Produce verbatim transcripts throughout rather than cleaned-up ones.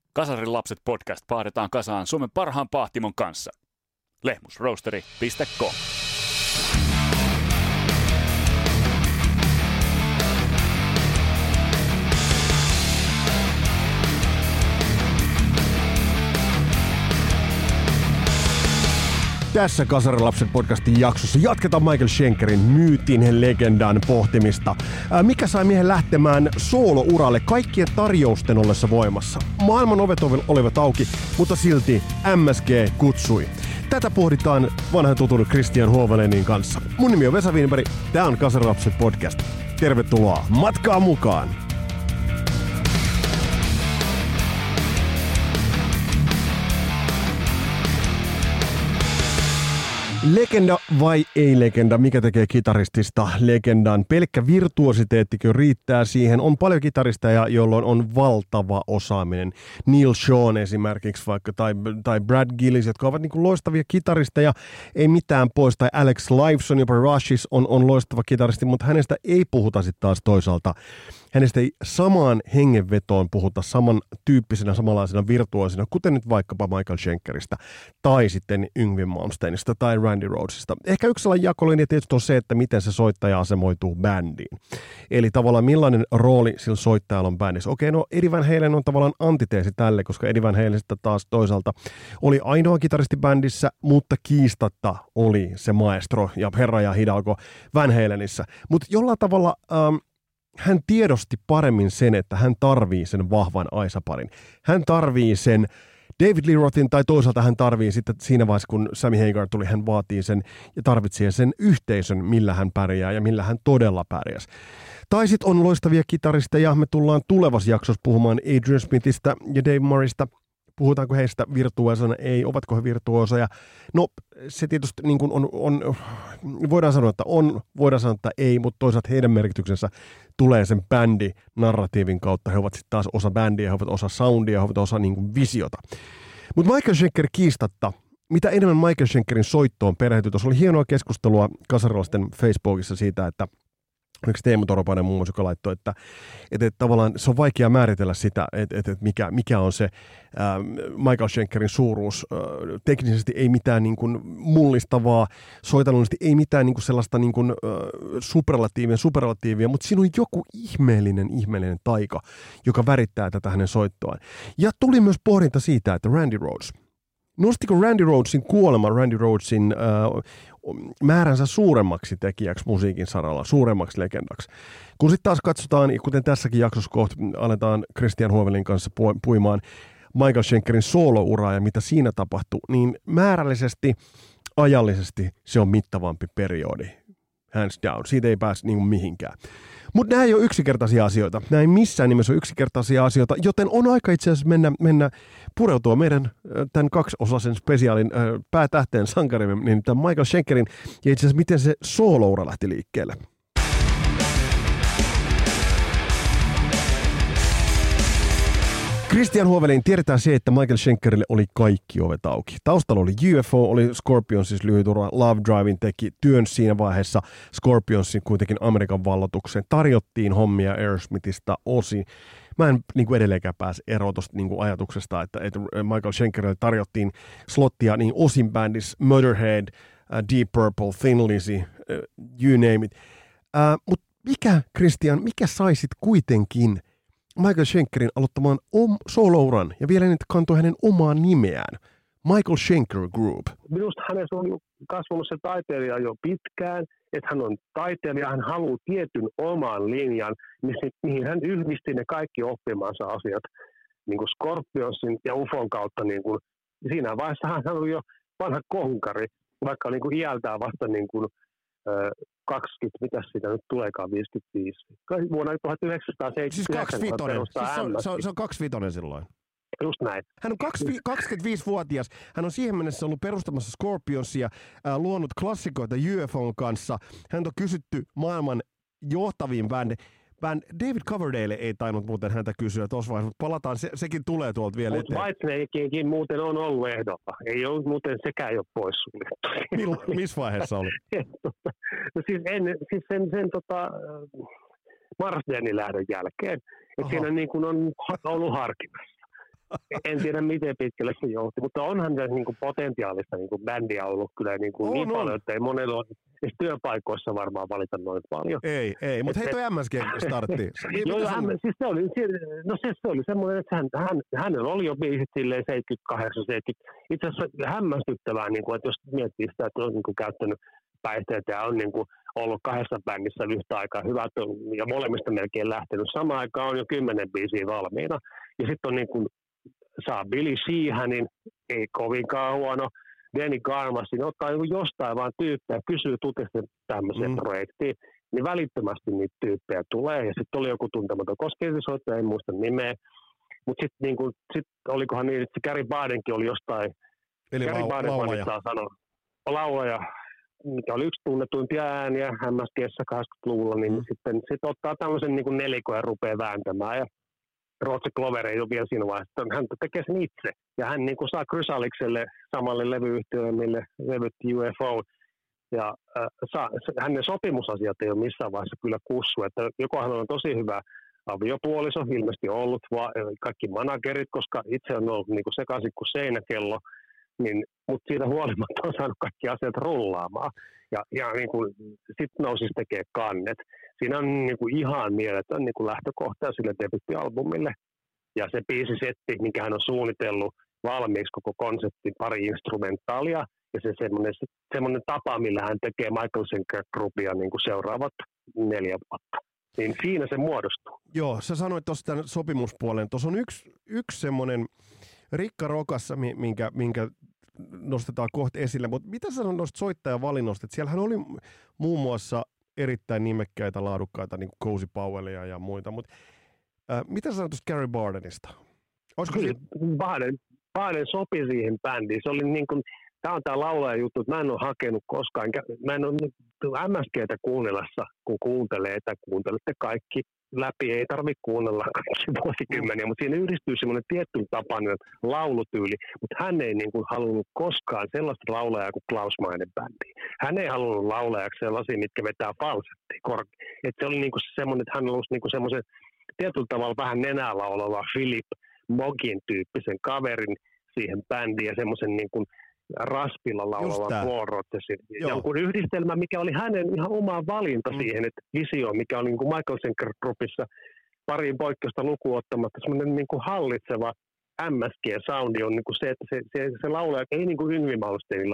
Kasarin lapset podcast pahdetaan kasaan Suomen parhaan pahtimon kanssa. lehmusroasteri piste com. Tässä Kasarin lapset podcastin jaksossa jatketaan Michael Schenkerin myytin legendan pohtimista. Ää, mikä sai miehen lähtemään soolo-uralle kaikkien tarjousten ollessa voimassa? Maailman ovet olivat auki, mutta silti M S G kutsui. Tätä pohditaan vanhan tutun Christian Hovelenin kanssa. Mun nimi on Vesa Wienberg, tää on Kasarin lapset podcast. Tervetuloa matkaan mukaan! Legenda vai ei legenda? Mikä tekee kitaristista legendan? Pelkkä virtuositeettikö riittää siihen? On paljon kitaristeja, jolloin on valtava osaaminen. Neil Schon esimerkiksi vaikka, tai, tai Brad Gillis, jotka ovat niin kuin loistavia kitaristeja, ei mitään pois. Tai Alex Lifeson, jopa Rushes on, on loistava kitaristi, mutta hänestä ei puhuta sitten taas toisaalta. Hänestä ei samaan hengenvetoon puhuta samantyyppisenä, samanlaisena virtuoosina, kuten nyt vaikkapa Michael Schenkeristä, tai sitten Yngwie Malmsteenista tai Randy Rhodesista. Ehkä yksi sellainen jakolinja tietysti on se, että miten se soittaja asemoituu bändiin. Eli tavallaan millainen rooli sillä soittajalla on bändissä. Okei, no Eddie Van Halen on tavallaan antiteesi tälle, koska Eddie Van Halen taas toisaalta oli ainoa kitaristi bändissä, mutta kiistatta oli se maestro ja herra ja hidalgo Van Halenissä. Mutta jollain tavalla... Ähm, hän tiedosti paremmin sen, että hän tarvii sen vahvan aisaparin. Hän tarvii sen David Lee Rothin, tai toisaalta hän tarvii sitten siinä vaiheessa, kun Sammy Hagar tuli, hän vaatii sen ja tarvitsee sen yhteisön, millä hän pärjää ja millä hän todella pärjäsi. Tai sitten on loistavia kitaristeja. Me tullaan tulevassa jaksossa puhumaan Adrian Smithistä ja Dave Murraysta. Puhutaanko heistä virtuoosona? Ei. Ovatko he virtuoosoja? No, se tietysti niin kuin on, on, voidaan sanoa, että on, voidaan sanoa, että ei, mutta toisaalta heidän merkityksensä tulee sen bändi-narratiivin kautta. He ovat sitten taas osa bändiä, he ovat osa soundia, he ovat osa niin kuin visiota. Mutta Michael Schenker kiistatta, mitä enemmän Michael Schenkerin soittoon perehtyy, tuossa oli hienoa keskustelua kasarilaisten Facebookissa siitä, että yksi Teemu Toropainen muun muassa, joka laittoi, että, että, että tavallaan se on vaikea määritellä sitä, että, että, että mikä, mikä on se ää, Michael Schenkerin suuruus. Ää, teknisesti ei mitään niin kuin mullistavaa, soitannallisesti ei mitään niin kuin sellaista niin kuin, ää, superlatiivia, superlatiivia, mutta siinä on joku ihmeellinen, ihmeellinen taika, joka värittää tätä hänen soittoaan. Ja tuli myös pohdinta siitä, että Randy Rhoads, nostiko Randy Rhoadesin kuolema, Randy Rhoadesin äh, määränsä suuremmaksi tekijäksi musiikin saralla, suuremmaksi legendaksi? Kun sitten taas katsotaan, kuten tässäkin jaksossa kohta aletaan Christian Hovelin kanssa puimaan Michael Schenkerin soolouraa ja mitä siinä tapahtui, niin määrällisesti, ajallisesti se on mittavampi periodi. Hands down. Siitä ei pääse niin kuin mihinkään. Mutta nämä ei ole yksinkertaisia asioita. Nämä ei missään nimessä ole yksinkertaisia asioita, joten on aika itse asiassa mennä, mennä pureutua meidän tämän kaksiosaisen spesiaalin äh, päätähteen sankarimme, niin tämän Michael Schenkerin, ja itse asiassa miten se sooloura lähti liikkeelle. Christian Hovelin tiedetään se, että Michael Schenkerille oli kaikki ovet auki. Taustalla oli U F O, oli Scorpions, siis lyhyt ura, Love Drivin teki työn siinä vaiheessa Scorpionsin kuitenkin Amerikan vallotukseen. Tarjottiin hommia Aerosmithista osin. Mä en niin kuin edelleenkään pääse eroon tuosta niin kuin ajatuksesta, että, että Michael Schenkerille tarjottiin slottia niin osin bändissä Motorhead, uh, Deep Purple, Thin Lizzy, uh, you name it. Uh, Mutta mikä, Christian, mikä saisit kuitenkin Michael Schenkerin aloittamaan om- soolouran ja vielä nyt kantoi hänen omaa nimeään, Michael Schenker Group? Minusta hänessä on kasvanut se taiteilija jo pitkään, että hän on taiteilija, hän haluaa tietyn oman linjan, mihin hän yhdisti ne kaikki oppimansa asiat niin kuin Scorpionsin ja U F O:n kautta. Niin kuin, siinä vaiheessa hän oli jo vanha konkari, vaikka niin kuin iältään vasta niin kuin, kaksikymmentä, mitä siitä nyt tuleekaan, viisikymmentäviisi. Vuonna tuhatyhdeksänsataaseitsemänkymmentäyhdeksän siis perustaa siis se, on, M S G. se, on, se on kaksivitonen silloin. Just näin. Hän on kaksikymmentäviisivuotias. Hän on siihen mennessä ollut perustamassa Scorpionsia, äh, luonut klassikoita U F O:n kanssa. Hän on kysytty maailman johtaviin bändi. Band David Coverdale ei tainnut muuten häntä kysyä tuossa vaiheessa, mutta palataan, se, sekin tulee tuolta vielä Mut eteen. Mutta Whitesnakekin muuten on ollut ehdolla. Ei ole muuten, sekään ei ole poissuljettu. Missä vaiheessa oli? no siis, ennen, siis sen, sen tota, Marsdenin lähdön jälkeen. Että siinä niin kuin on ollut harkinnassa. En tiedä, miten pitkälle se johti, mutta onhan se niin kuin potentiaalista niin kuin bändiä ollut kyllä niin, kuin on, niin on. paljon, että ei monella ole edes työpaikoissa varmaan valita noin paljon. Ei, ei, mutta hei toi M S G-startti. Joo, joo, hän, siis se oli, no siis se oli semmoinen, että hän, hän, hänellä oli jo biisit silleen seitsemänkymmentäkahdeksan seitsemänkymmentä. Itse asiassa hämmästyttävää, niin kuin, että jos miettii sitä, että on niin kuin käyttänyt päihteitä ja on niin kuin ollut kahdessa bändissä yhtä aikaa hyvät ja molemmista melkein lähtenyt. Samaan aikaan on jo kymmenen biisiä valmiina. Ja sitten on niin kuin, saa Billy Sheehanin, ei kovinkaan huono, Danny Garmasin, ottaa joku jostain vaan tyyppejä, kysyy tutesti tämmöiseen mm. projektiin, niin välittömästi niitä tyyppejä tulee. Ja sitten oli joku tuntematon kosketusoittaja, en muista nimeä. Mutta sitten niin sit olikohan niin, että se Gary Bardenkin oli jostain, eli Gary lau- Barden laulaja. saa sanoa, laulaja, mikä oli yksi tunnetuimpia ääniä M S G:ssä kahdeksankymmentäluvulla, niin mm. sitten sit ottaa tämmöisen niin nelikon ja rupeaa vääntämään. Ja Roger Glover ei ole vielä siinä vaiheessa, hän tekee sen itse. Ja hän niin kuin saa Chrysalikselle samalle levyyhtiölle, mille levytti U F O. Ja äh, saa, hänen sopimusasiat ei ole missään vaiheessa kyllä kussu. Että joko hän on tosi hyvä aviopuoliso, ilmeisesti ollut, va- kaikki managerit, koska itse on ollut niin kuin sekaisin kuin seinäkello. Niin, mutta siitä huolimatta on saanut kaikki asiat rullaamaan. Ja, ja niin kuin, sitten nousis tekee kannet. Siinä on niin kuin ihan mieletön niin kuin lähtökohta sille debuttialbumille. Ja se biisisetti, minkä hän on suunnitellut valmiiksi koko konseptin, pari instrumentaalia. Ja se semmoinen, semmoinen tapa, millä hän tekee Michael Schenker Groupia niin kuin seuraavat neljä vuotta. Niin siinä se muodostuu. Joo, sä sanoit tuossa tämän sopimuspuolen. Tuossa on yksi, yksi semmoinen rikka rokassa, minkä, minkä nostetaan kohta esille, mutta mitä sä sanoit noista soittajavalinnoista? Siellähän oli muun muassa erittäin nimekkäitä, laadukkaita, niin kuin Cozy Powellia ja muita, mutta äh, mitä sä sanoit tuosta Gary Bardenista? Olisiko Kyllä, se... Barden, Barden sopi siihen bändiin. Se oli niin kuin, tämä on tämä laulaja juttu, että mä en ole hakenut koskaan, mä en ole M S G:tä kuunnellessa, kun kuuntelee, että kuuntelette kaikki läpi, ei tarvitse kuunnella kaikki vuosikymmeniä, mutta siinä yhdistyy semmoinen tietty tapainen laulutyyli, mutta hän ei niin kuin halunnut koskaan sellaista laulajaa kuin Klaus Mainen bändiin. Hän ei halunnut laulajaksi sellaisia, mitkä vetää falsettia korkein. Että se oli niin kuin semmoinen, että hän halusi niin kuin semmoisen tietyllä tavalla vähän nenää laulava Philip Mogin tyyppisen kaverin siihen bändiin ja semmoisen niin kuin raspilla laulavan Paul Rodgersin. Jonkun yhdistelmä, mikä oli hänen ihan oma valinta mm. siihen, että visio, mikä oli niin kuin Michael Schenker Groupissa pariin poikkeusta lukuun ottamatta, semmoinen niin kuin hallitseva M S G-soundi on niin kuin se, että se, se, se laulaja ei niin kuin Yngvi Malmsteenilla,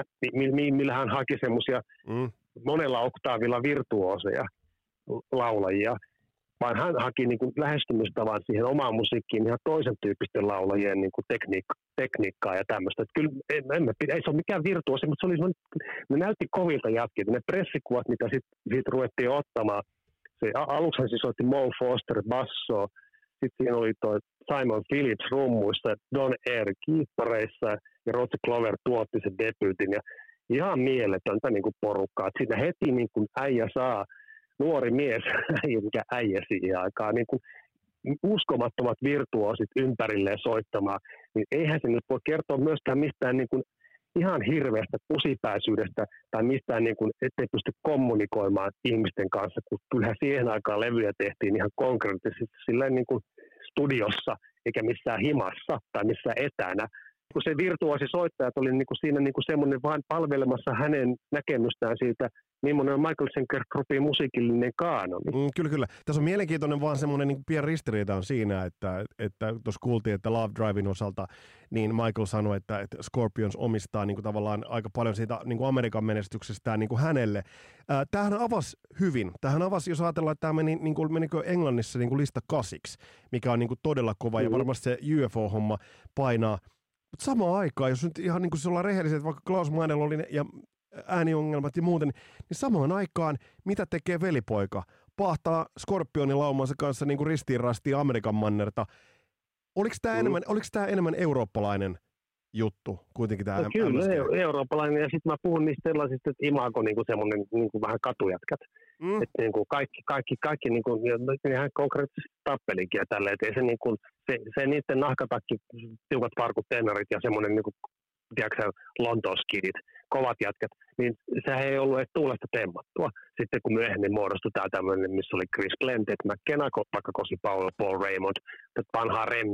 millä hän haki semmoisia mm. monella oktaavilla virtuooseja laulajia, vaan hän haki niin kuin lähestymistavan siihen omaan musiikkiin ihan toisen tyyppisten laulajien niin kuin tekniikka, tekniikkaa ja tämmöistä. Että kyllä en, en, ei se ole mikään virtuosi, mutta se oli ne näytti kovilta jätkiltä. Ne pressikuvat, mitä sitten sit ruvettiin ottamaan. Se, aluksi se soitti Mo Foster bassoa, sitten siinä oli toi Simon Phillips rummuissa, Don Air kiippareissa ja Roger Glover tuotti sen debyytin. Ja ihan mieletöntä niin kuin porukkaa. Et siinä heti niin kuin äijä saa, nuori mies, mikä äijä siihen aikaan, niin kuin uskomattomat virtuoosit ympärilleen soittamaan, niin eihän se nyt voi kertoa myöskään mistään niin kuin ihan hirveästä kusipäisyydestä tai mistään, niin kuin, ettei pysty kommunikoimaan ihmisten kanssa, kun kyllähän siihen aikaan levyjä tehtiin ihan konkreettisesti silleen niin kuin studiossa, eikä missään himassa tai missään etänä. Kun se virtuoosi soittajat oli niin kuin siinä niin kuin semmoinen vain palvelemassa hänen näkemystään siitä, millainen on Michael Schenker Groupin musiikillinen kaanoni. Mm, kyllä, kyllä. Tässä on mielenkiintoinen vaan semmoinen niin pieni ristiriita on siinä, että että tuossa kuultiin, että Love Drivein osalta niin Michael sanoi, että, että Scorpions omistaa niin kuin tavallaan aika paljon siitä niin kuin Amerikan menestyksestään niin kuin hänelle. Äh, tämähän avasi hyvin. Tämähän avasi, jos ajatellaan, että tämä meni, niin kuin, menikö Englannissa niin kuin lista kasiksi, mikä on niin kuin todella kova, mm-hmm. ja varmasti se U F O-homma painaa. Mutta samaan aikaan, jos nyt ihan niin kuin se ollaan rehellisiä, että vaikka Klaus Mainella oli ne, ja ääniongelmat ja muuten, niin samaan aikaan, mitä tekee velipoika? Pahtaa Scorpionin laumansa kanssa niin kuin ristiin rastiin Amerikan mannerta. Oliko tämä, mm. enemmän, oliko tämä enemmän eurooppalainen juttu kuitenkin tämä? No kyllä, e- eurooppalainen, ja sitten mä puhun niistä sellaisista, että imago niin kuin semmoinen niin kuin vähän katujätkät. Mm. Että niin kuin kaikki, kaikki, kaikki niin kuin, ihan konkreettisesti tappelikin ja tälleen, että ei se, niin kuin, se, se niiden nahkatakki, tiukat farkut, tenarit ja semmoinen niin kuin, tiedätkö Lontooskidit, kovat jätkät, niin sehän ei ollut edes tuulesta temmattua. Sitten kun myöhemmin muodostui tämä tämmöinen, missä oli Chris Glenn, Ted McKenna, Pakakosi Paul, Paul Raymond, vanhaa remmiä,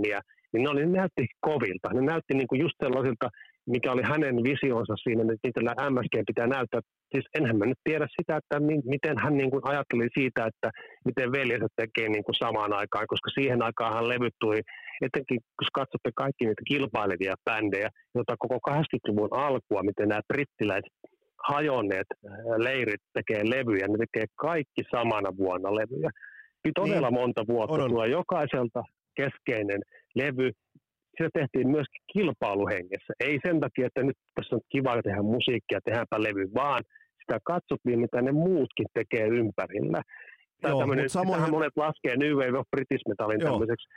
niin ne, oli, ne näytti kovilta. Ne näytti niin kuin just sellaisilta, mikä oli hänen visionsa siinä, että miten M S G pitää näyttää. Siis enhän mä nyt tiedä sitä, että mi- miten hän niin kuin ajatteli siitä, että miten veljeset tekee niin kuin samaan aikaan, koska siihen aikaanhan levyt tuli, etenkin kun katsotte kaikki niitä kilpailevia bändejä, joita koko kahdeksankymmentäluvun alkua, miten nämä brittiläiset hajonneet leirit tekee levyjä, ne tekee kaikki samana vuonna levyjä. Todella niin. monta vuotta Odon. tulee jokaiselta keskeinen levy. Sitä tehtiin myöskin kilpailuhengessä. Ei sen takia, että nyt tässä on kiva tehdä musiikkia, tehdäänpä levy, vaan sitä katsottiin, mitä ne muutkin tekee ympärillä. Joo, tämmöinen, samoin... monet laskee New Wave of British Metalin tämmöiseksi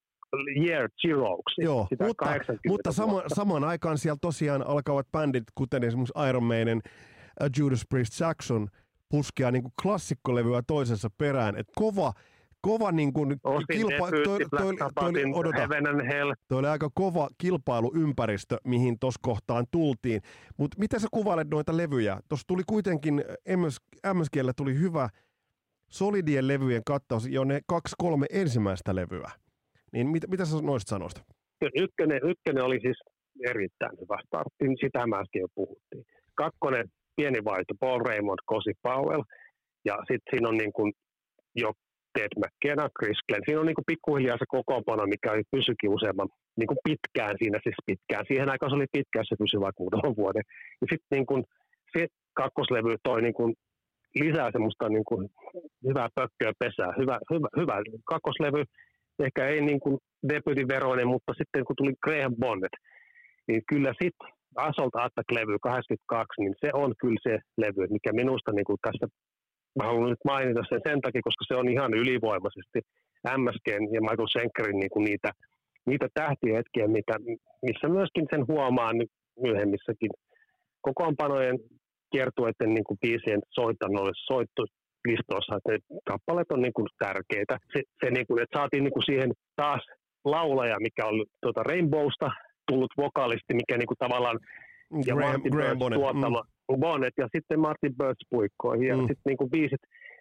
year zeroksi. Joo, mutta, mutta sama, samaan aikaan siellä tosiaan alkavat bändit, kuten esimerkiksi Iron Maiden, uh, Judas Priest, Saxon, puskea niin kuin klassikkolevyä toisensa perään. Et kova, kova niin kuin kilpa... Toi, toi, toi, toi, odota, toi oli aika kova kilpailuympäristö, mihin tuossa kohtaan tultiin. Mutta miten sä kuvailet noita levyjä? Tuossa tuli kuitenkin, M S G:llä tuli hyvä solidien levyjen kattaus jo ne kaksi kolme ensimmäistä levyä. Niin mit, mitä sä noista sanoista? Ykkönen, ykkönen oli siis erittäin hyvä startti, sitä mä äsken jo puhuttiin. Kakkonen, pieni vaihto, Paul Raymond, Cozy Powell, ja sitten siinä on niin kuin jo Ted McKenna, Chris Glenn. Siinä on niin kuin pikkuhiljaa se kokoonpano, mikä pysyikin useamman niin kuin pitkään siinä, siis pitkään. Siihen aikaan se oli pitkään, se pysyi vaikka muutaman vuoden. Ja sitten niin kuin se kakkoslevy toi niin kuin lisää semmoista niin kuin hyvää pökköä pesää, hyvä, hyvä, hyvä kakkoslevy. Ehkä ei niin kuin debutin-veroinen, mutta sitten kun tuli Graham Bonnet, niin kyllä sitten Assault Attack-levy kahdeksankymmentäkaksi, niin se on kyllä se levy, mikä minusta niin kuin tässä, mä haluan nyt mainita sen sen takia, koska se on ihan ylivoimaisesti M S G:n ja Michael Schenkerin niin kuin niitä, niitä tähtihetkiä, mitä, missä myöskin sen huomaan myöhemmissäkin kokoonpanojen kiertueiden niin kuin biisien soittannoille soittu listoissa, että ne kappaleet on niin kuin tärkeitä. Se, se niin kuin, että saatiin niin kuin siihen taas laulaja, mikä on tuota Rainbowsta tullut vokalisti, mikä niin kuin tavallaan ja Graham, Martin Graham Birch Bonnet. tuottama mm. Bonnet ja sitten Martin Birch puikkoihin ja mm. sitten niin kuin biisit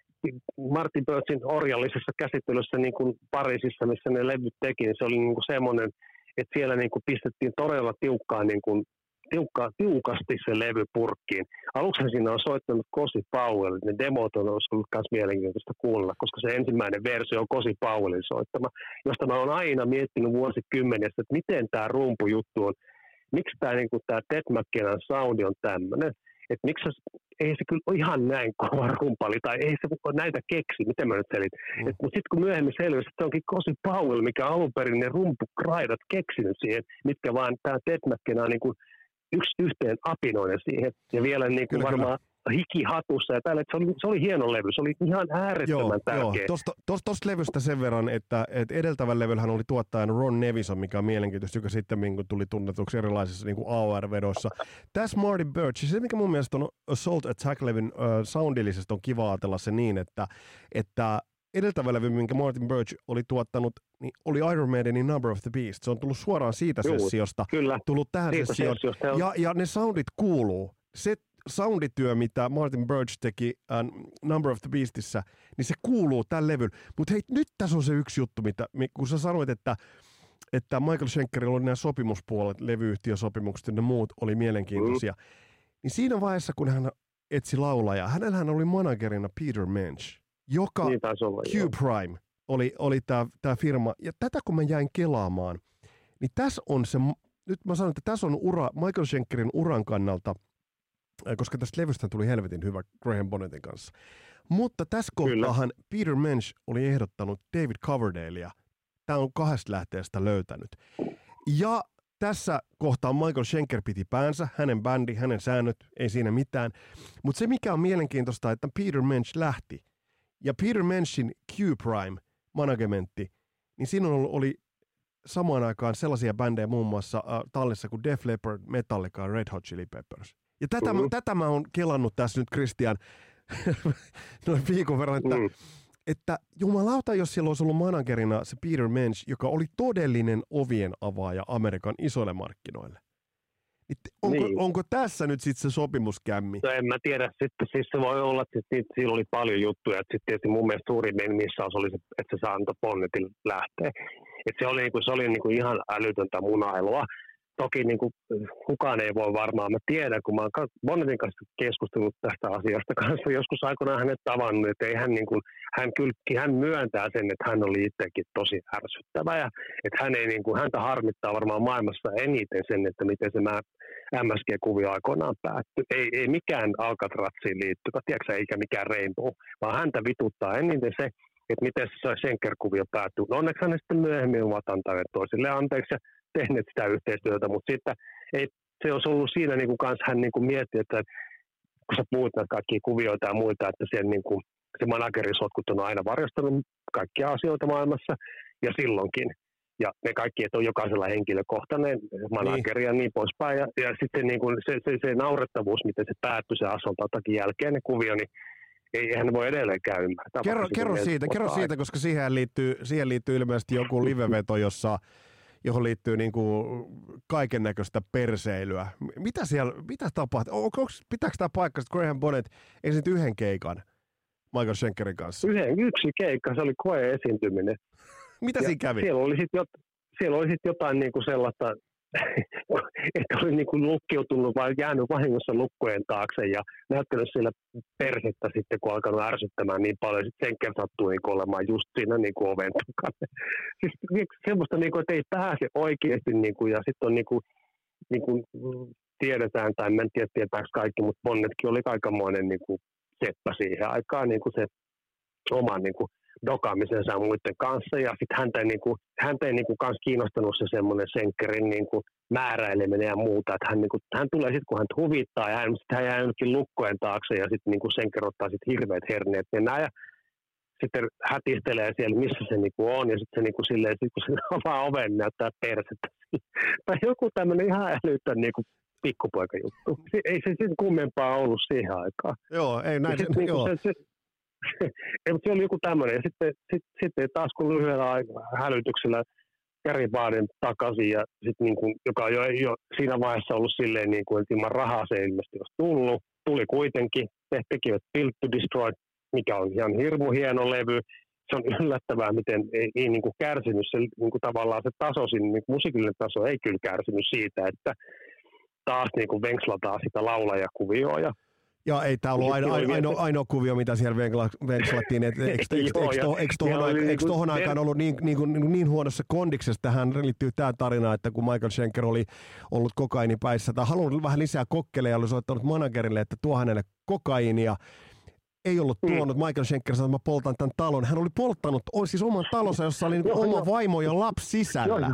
Martin Birchin orjallisessa käsittelyssä niin kuin Pariisissa, missä ne levyt teki, niin se oli niin kuin semmoinen, että siellä niin kuin pistettiin todella tiukkaan niin kuin Tiukka, tiukasti se levy purkkiin. Aluksi siinä on soittanut Cozy Powell, ne demot on ollut myös mielenkiintoista kuulla, koska se ensimmäinen versio on Cozy Powellin soittama, josta mä oon aina miettinyt vuosikymmeniä, että miten tämä rumpujuttu on, miksi tämä niinku, Ted McKennan soundi on tämmöinen, että miksi ei se kyllä ole ihan näin kova rumpali, tai ei se näitä keksi, miten mä nyt selitän. Mm. Mutta sitten kun myöhemmin selvisi, että se onkin Cozy Powell, mikä alun perin ne rumpukraidat keksinyt siihen, mitkä vaan tämä Ted McKennan niin kuin yksi yhteen apinoinen siihen, ja vielä niin kuin varmaan hiki hatussa, ja tällä, se oli, se oli hieno levy, se oli ihan äärettömän joo, tärkeä. Joo, tosta, tosta, tosta levystä sen verran, että, että edeltävän levyllähän oli tuottajana Ron Nevison, mikä on mielenkiintoista, joka sitten niin tuli tunnetuksi erilaisissa niin kuin A O R-vedoissa. Tässä Martin Birch, se mikä mun mielestä on Assault Attack-levyn uh, soundillisesti on kiva ajatella se niin, että, että edeltävä levy, minkä Martin Birch oli tuottanut, niin oli Iron Maidenin Number of the Beast. Se on tullut suoraan siitä Juu, sessiosta, kyllä. tullut tähän siitä sessioon. Ja, ja ne soundit kuuluu. Se soundityö, mitä Martin Birch teki uh, Number of the Beastissä, niin se kuuluu tällä levyllä. Mutta hei, nyt tässä on se yksi juttu, mitä, kun sä sanoit, että, että Michael Schenkerilla oli nämä sopimuspuolet, levyyhtiösopimukset ja ne muut oli mielenkiintoisia. Mm. Niin siinä vaiheessa, kun hän etsi laulajaa, hänellähän oli managerina Peter Mensch, joka niin Q-Prime oli, oli tämä firma. Ja tätä kun mä jäin kelaamaan, niin tässä on se, nyt mä sanon, että tässä on ura, Michael Schenkerin uran kannalta, koska tästä levystä tuli helvetin hyvä Graham Bonnetin kanssa. Mutta tässä kohtaahan Peter Mensch oli ehdottanut David Coverdalea. Tämä on kahdesta lähteestä löytänyt. Ja tässä kohtaa Michael Schenker piti päänsä, hänen bändi, hänen säännöt, ei siinä mitään. Mutta se mikä on mielenkiintoista, että Peter Mensch lähti. Ja Peter Menschin Q-Prime managementti, niin siinä oli samaan aikaan sellaisia bändejä muun muassa uh, tallissa kuin Def Leppard, Metallica ja Red Hot Chili Peppers. Ja tätä, mm-hmm. tätä mä oon kelannut tässä nyt, Christian, noin viikon verran, että, mm. että jumalauta, jos siellä olisi ollut managerina se Peter Mensch, joka oli todellinen ovien avaaja Amerikan isoille markkinoille. Onko, niin. onko tässä nyt sitten se sopimuskämmi? No en mä tiedä. Sitten siis se voi olla, että siinä oli paljon juttuja. Sitten tietysti mun mielestä suurin missä oli se, että se saa antoi Bonnetin lähteä. Et se oli, niin kuin, se oli niin kuin ihan älytöntä munailua. Toki niin kuin, kukaan ei voi varmaan, mä tiedän, kun mä oon Bonnetin kanssa keskustellut tästä asiasta kanssa, joskus aikoinaan hänet tavannut, että ei hän, niin kuin, hän, kyllä, hän myöntää sen, että hän oli itsekin tosi ärsyttävä, ja että hän ei, niin kuin, häntä harmittaa varmaan maailmassa eniten sen, että miten se M S G-kuvio aikoinaan päättyi. Ei, ei mikään Alcatraziin liittyvä, tiedätkö, eikä mikään Rainbow, vaan häntä vituttaa eniten se, että miten se Schenker-kuvio päättyi. No onneksi hän sitten myöhemmin ovat antaneet toisille anteeksi, tehneet sitä yhteistyötä, mutta sitten ei, se olisi ollut siinä niin kuin kanssa hän niin kuin mietti, että kun sä puhut näitä kaikkia kuvioita ja muita, että sen, niin kuin, se managerisotkut on aina varjostanut kaikkia asioita maailmassa ja silloinkin. Ja ne kaikki, että on jokaisella henkilökohtainen manageri ja niin poispäin. Ja, ja sitten niin kuin se, se, se naurettavuus, miten se päättyi se Asfaltatakin jälkeen ne kuvio, niin ei hän voi edelleenkään ymmärtää. Kerro, kerro siitä, kerro siitä, koska siihen liittyy, siihen liittyy ilmeisesti joku liveveto, jossa johon liittyy niin kuin kaiken näköistä perseilyä. Mitä siellä, mitä tapahtuu? Pitääkö tämä paikka, että Graham Bonnet esiintyi yhden keikan Michael Schenkerin kanssa? Yhden, yksi keikka, se oli koe-esiintyminen. Mitä siinä kävi? Siellä oli sitten jot, siellä oli sit jotain niin kuin sellaista, että oli niin kuin lukkiutunut vai jäänyt vahingossa lukkojen taakse ja näyttänyt siellä persettä sitten, kun alkanut ärsyttämään niin paljon. Sitten Schenker sattui niin olemaan just siinä niin kuin oven takana. Siis semmoista, niin kuin, että ei pääse oikeasti, niin kuin, ja sitten on niin kuin, niin kuin tiedetään, tai en tiedä tietääkö kaikki, mutta Bonnetkin oli aikamoinen niin kuin seppä siihen aikaan, niin kuin se oman niin kuin dokaamisensa muiden kanssa, ja sitten häntä ei, niinku, häntä ei niinku kans kiinnostanut se semmoinen Schenkerin niinku määräileminen ja muuta, että hän, niinku, hän tulee sitten, kun hän huvittaa, ja hän, sit hän jää jonnekin lukkojen taakse, ja sitten niinku Schenker ottaa sitten hirveät herneet mennään, ja sitten hätistelee siellä, missä se niinku on, ja sitten se niinku silleen, sit kun se avaa oven, näyttää persettä. Tai joku tämmöinen ihan älytön niinku pikkupoikajuttu. Ei se sitten kummempaa ollut siihen aikaan. Joo, ei näin. Sit, niinku, se, se, ei, mutta se oli joku tämmöinen. Ja sitten, sit, sitten taas kun lyhyellä hälytyksellä Gary Barden takaisin, ja sit niin kuin, joka jo ei ole siinä vaiheessa ollut silleen, niin kuin, että ilman rahaa se ilmeisesti olisi tullut. Tuli kuitenkin. He tekivät Built to Destroy, mikä on ihan hirmu hieno levy. Se on yllättävää, miten ei, ei niin kuin kärsinyt se, niin kuin tavallaan se taso, niin musiikillinen taso ei kyllä kärsinyt siitä, että taas niin kuin venkslataan sitä laulajakuvioa. Ja Ja ei tämä ollut aino, aino, aino, ainoa kuvio, mitä siellä venkslattiin. Eikö tuohon aikaan ollut niin, niin, niin, niin huonossa kondiksessa? Tähän liittyy tämä tarina, että kun Michael Schenker oli ollut kokainipäissä tai halunnut vähän lisää kokkeleja, oli soittanut managerille, että tuo hänelle kokaiinia. Ei ollut tuonut. Mm. Michael Schenker sanoi, että mä poltan tämän talon. Hän oli polttanut siis oman talonsa, jossa oli niin oma vaimo ja lapsi sisällä.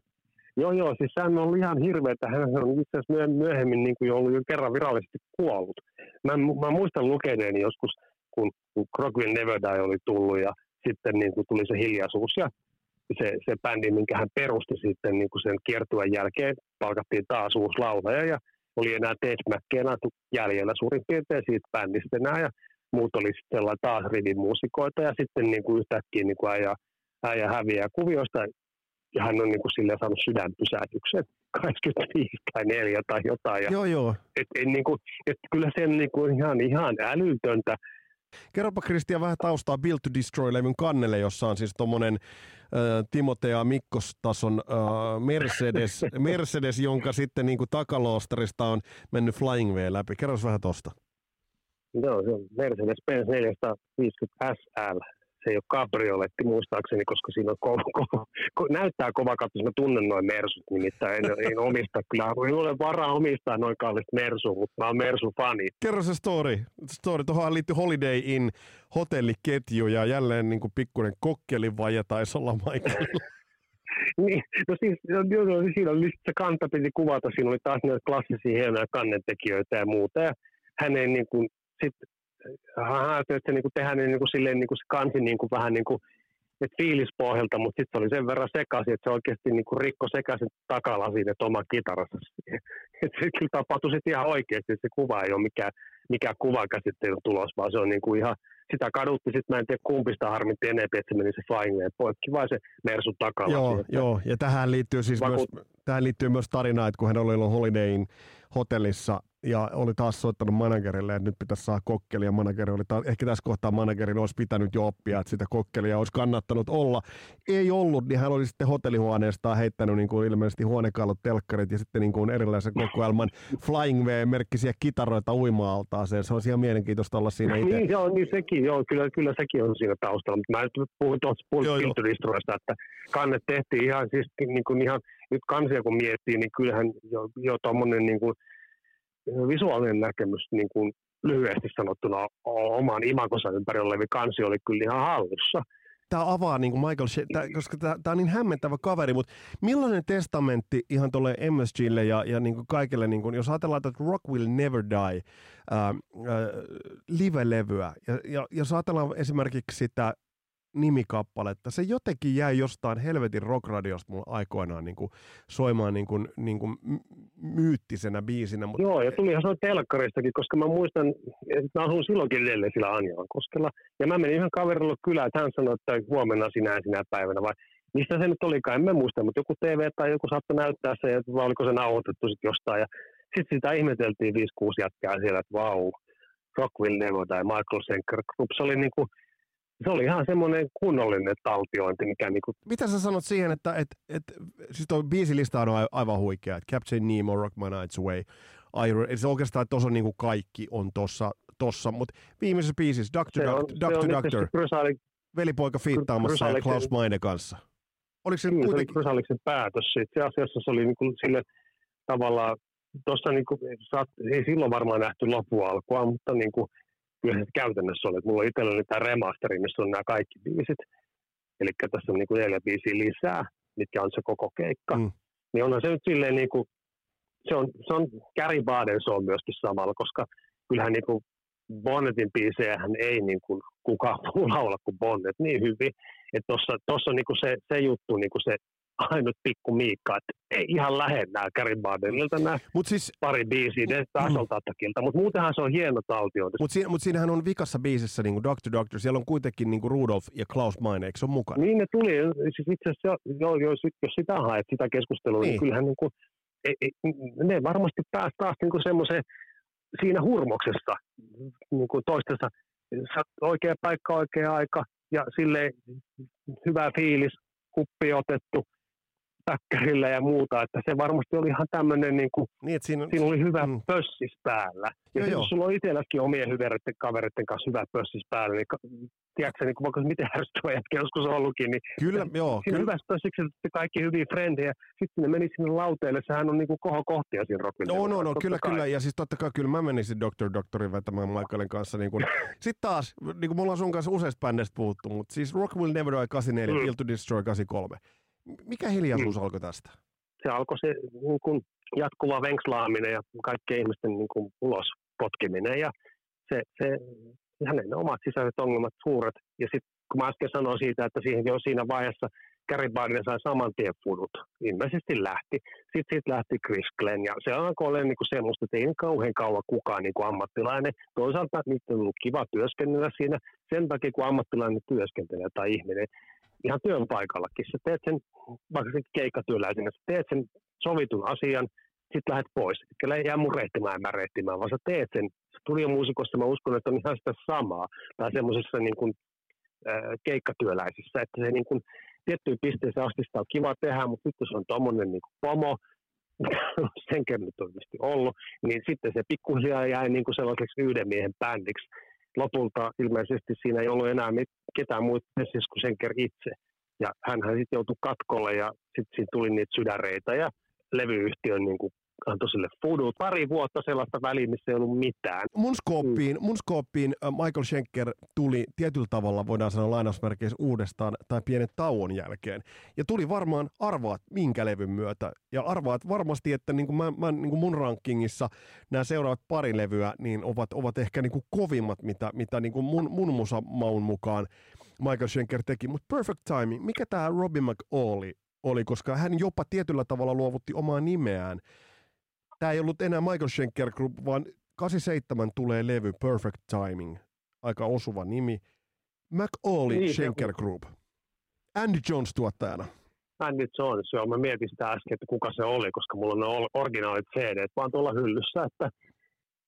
Joo, joo, siis sehän on ollut ihan hirveetä. Hän on itse asiassa myöhemmin niin kuin ollut jo kerran virallisesti kuollut. Mä, mä muistan lukeneeni joskus, kun, kun Crockwell Never Die oli tullut ja sitten niin kuin tuli se hiljaisuus ja se, se bändi, minkä hän perusti sitten niin kuin sen kiertueen jälkeen, palkattiin taas uusi laulaja ja oli enää Ted McKenna jäljellä suurin piirtein siitä bändistä enää ja muut oli sitten sellainen taas rivin muusikoita ja sitten niin kuin yhtäkkiä niin kuin äijä, äijä häviää kuviosta. Ja hän on niin kuin silleen saanut sydänpysähdyksen kaksikymmentäviisi tai neljä tai jotain. Ja joo, joo. Et, et, niin kuin, et kyllä se on niin kuin ihan, ihan älytöntä. Kerropa Kristian vähän taustaa Built to Destroy-levyn kannelle, jossa on siis tuommoinen äh, Timotea Mikkos-tason äh, Mercedes, Mercedes, jonka sitten niin kuin takaloostarista on mennyt Flying V läpi. Kerros vähän tosta. Joo, se on Mercedes-Benz neljäsataaviisikymmentä S L. Se ei ole kabrioletti muistaakseni, koska siinä on kova, kova, ko, näyttää kova katso. Mä tunnen noin Mersut, nimittäin en, en omista kyllä. En ole varaa omistaa noin kallista Mersua, mutta mä oon Mersu-fani. Kerro se story. story. Tuohon liittyy Holiday Inn hotelliketju ja jälleen niin kuin pikkuinen kokkelivaje taisi olla Michaelilla. Niin, no siis joo, siinä oli se kanta piti kuvata. Siinä oli taas näitä klassisia hienoja kannentekijöitä ja muuta. Ja hän ei niin kuin sitten hän ajatteli, että se niin kuin tehdään niin kuin silleen niin kuin se kansi niin kuin vähän niin kuin et fiilispohjalta, mutta sitten se oli sen verran sekaisin, että se oikeasti niin kuin rikko sekaisin takalasin, että oma kitarassa. Että se kyllä tapahtui sitten ihan oikeasti, että se kuva ei ole mikään, mikään kuvakäsittelyn tulos, vaan se on niin kuin ihan, sitä kadutti sitten, mä en tiedä kumpi sitä harmitti enemmän, että se meni se Flying V poikki, vai se Mersun takalasi. Joo, että joo, ja tähän liittyy siis vaku- myös, tähän liittyy myös tarina, että kun hän oli ollut Holiday Inn hotellissa ja oli taas soittanut managerille, että nyt pitäisi saada kokkeli, ja manageri oli taas, ehkä tässä kohtaa managerin olisi pitänyt jo oppia, että sitä kokkelia olisi kannattanut olla. Ei ollut, niin hän oli sitten hotellihuoneestaan heittänyt niin kuin ilmeisesti huonekalut, telkkarit ja sitten niin kuin erilaisen kokoelman Flying V-merkkisiä kitaroita uima-altaaseen. Se on ihan mielenkiintoista olla siinä itse. Niin, joo, niin sekin, joo, kyllä, kyllä sekin on siinä taustalla, mutta mä nyt puhuin tuossa Filterdistroista, että kannet tehtiin ihan, siis niin kuin ihan, nyt kansia kun miettii, niin kyllähän jo, jo tommonen niin kuin visuaalinen näkemys niin kuin lyhyesti sanottuna oman imagonsa ympäri olevi kansi oli kyllä ihan hallussa. Tämä avaa niin kuin Michael Sh- tää, koska tämä on niin hämmentävä kaveri, mutta millainen testamentti ihan tuolle M S G:lle ja, ja niin kuin kaikille, niin kuin, jos ajatellaan, että Rock Will Never Die ää, ää, live-levyä, ja, ja jos ajatellaan esimerkiksi sitä nimikappaletta, se jotenkin jäi jostain helvetin rockradiosta mulla aikoinaan niin kuin soimaan niin kuin, niin kuin myyttisenä biisinä. Mutta... Joo, ja tulihan se on telkkaristakin, koska mä muistan, että mä asun silloinkin edelleen sillä Anjalankoskella, ja mä menin ihan kaverilla kylään, että hän sanoi, että huomenna sinä ja sinä päivänä, vai mistä se nyt olikaan, en mä muista, mutta joku T V tai joku saattoi näyttää se, että vai oliko se nauhoitettu sitten jostain, ja sitten sitä ihmeteltiin viisi kuusi jätkää siellä, että vau, Rock Will Never Die, Michael Schenker Group, se oli niin kuin se oli ihan semmoinen kunnollinen taltiointi, mikä niinku... Mitä sä sanot siihen, että et, et, siis tuo biisilista on aivan huikea, että Captain Nemo, Rock My Nights Away, I, se oikeastaan, että tuossa on niinku kaikki on tossa, tossa mutta viimeisessä biisissä Doctor Doctor, Doctor, Doctor velipoika fiittaamassa ja Klaus Meine kanssa. Oliko se niin, kuitenkin... Se oli Chrysaliksen päätös. Itse asiassa se oli niinku sille tavallaan, tuossa niinku, ei silloin varmaan nähty loppualkua, mutta niinku, kyllä se käytännössä oli, että mulla itselläni tämä remasteri, missä on nämä kaikki biisit. Eli tässä on niin kuin neljä biisiä lisää, mitkä on se koko keikka. Mm. Niin onhan se nyt silleen niin kuin, se on, se on Gary Baden se on myöskin samalla, koska kyllähän niin kuin Bonnettin biisejähän ei niin kuin kukaan muu laula kuin Bonnet niin hyvin. Että tuossa on niin kuin se, se juttu, niin kuin se ainut pikku Miikka, että ei ihan lähennää Gary Badenilta nämä mut siis, pari biisiä Asoltatakilta, mutta muutenhan se on hieno taltiointi. Mutta siinä, mut siinähän on vikassa biisissä niin kuin Doctor Doctor, siellä on kuitenkin niin kuin Rudolf ja Klaus Meine, eikö se ole mukana? Niin ne tuli, siis itse asiassa jo, jo, jos sitä haet, sitä keskustelua, niin, niin kyllähän niin kuin, ei, ei, ne varmasti pääsi taas niin kuin semmoiseen siinä hurmoksessa niin kuin toistensa, oikea paikka, oikea aika ja silleen hyvä fiilis, kuppi otettu päkkärillä ja muuta, että se varmasti oli ihan tämmöinen, niin kuin, niin, siinä, siinä oli hyvä mm. pössis päällä. Ja jos sulla on itselläskin omien hyvereiden kavereiden kanssa hyvä pössis päällä, niin tiedätkö, niin vaikka miten ärsyttävä jätkä joskus ollutkin, niin kyllä, joo, siinä kyllä. hyvässä pössiksi kaikki hyviä frendejä, sitten ne meni sinne lauteelle, sehän on niin kuin kohokohtia siinä rockilla. No, no, no, kyllä, kai. kyllä, ja siis totta kai kyllä mä menisin Doctor Doctorin vetämään Michaelin kanssa. Niin kuin, sitten taas, niin kuin me ollaan sun kanssa useista bändeistä puhuttu, mutta siis Rock Will Never Die kahdeksankymmentäneljä, mm. Ill to Destroy kahdeksankymmentäkolme. Mikä hiljaisuus mm. alkoi tästä? Se alkoi se niin kuin jatkuva venkslaaminen ja kaikkien ihmisten niin kuin ulos potkiminen ja se, se hänen omat sisäiset ongelmat suuret. Ja sitten kun mä äsken sanoin siitä, että siihen jo siinä vaiheessa Gary Baden sai saman tien fudut, ilmeisesti lähti. Sitten siitä lähti Chris Glenn ja se alkoi olla niin kuin semmoista, että ei niin kauhean kauan kukaan niin kuin ammattilainen. Toisaalta niitä on ollut kiva työskennellä siinä sen takia, kun ammattilainen työskentelee tai ihminen. Ihan työn paikallakin. Sä teet sen, vaikka sen keikkatyöläisenä, sä teet sen sovitun asian, sit lähdet pois. Etkä jää murehtimaan ja märehtimään, vaan sä teet sen. Studiomuusikossa mä uskon, että on ihan sitä samaa. Tai semmoisessa niin kuin, äh, keikkatyöläisissä, että se niin kuin, tiettyyn pisteeseen asti sitä on kiva tehdä, mutta sitten jos on tommonen niin kuin pomo, sen kerran on tietysti ollut, niin sitten se pikkuhiljaa jäi niin kuin sellaiseksi yhden miehen bändiksi. Lopulta ilmeisesti siinä ei ollut enää ketään muuta kuin Schenker itse. Ja hänhän sitten joutui katkolle ja sitten siinä tuli niitä sydäreitä ja levyyhtiön niin kuin antoi sille fudut. Pari vuotta sellaista väliä, missä ei ollut mitään. Mun skooppiin, mun skooppiin Michael Schenker tuli tietyllä tavalla, voidaan sanoa lainausmerkeissä uudestaan, tai pienen tauon jälkeen. Ja tuli varmaan arvaat minkä levyn myötä. Ja arvaat varmasti, että niin kuin mä, mä, niin kuin mun rankingissa nämä seuraavat pari levyä niin ovat, ovat ehkä niin kuin kovimmat, mitä, mitä niin kuin mun, mun musamaun mukaan Michael Schenker teki. Mutta Perfect Timing, mikä tämä Robbie McAuley oli, koska hän jopa tietyllä tavalla luovutti omaa nimeään. Tämä ei ollut enää Michael Schenker Group, vaan kahdeksankymmentäseitsemän tulee levy Perfect Timing. Aika osuva nimi. McAuley niin, Schenker Group. Andy Jones tuottajana. Andy Jones, joo. Mä mietin sitä äsken, että kuka se oli, koska mulla on ne originaalit C D:t vaan tuolla hyllyssä. Että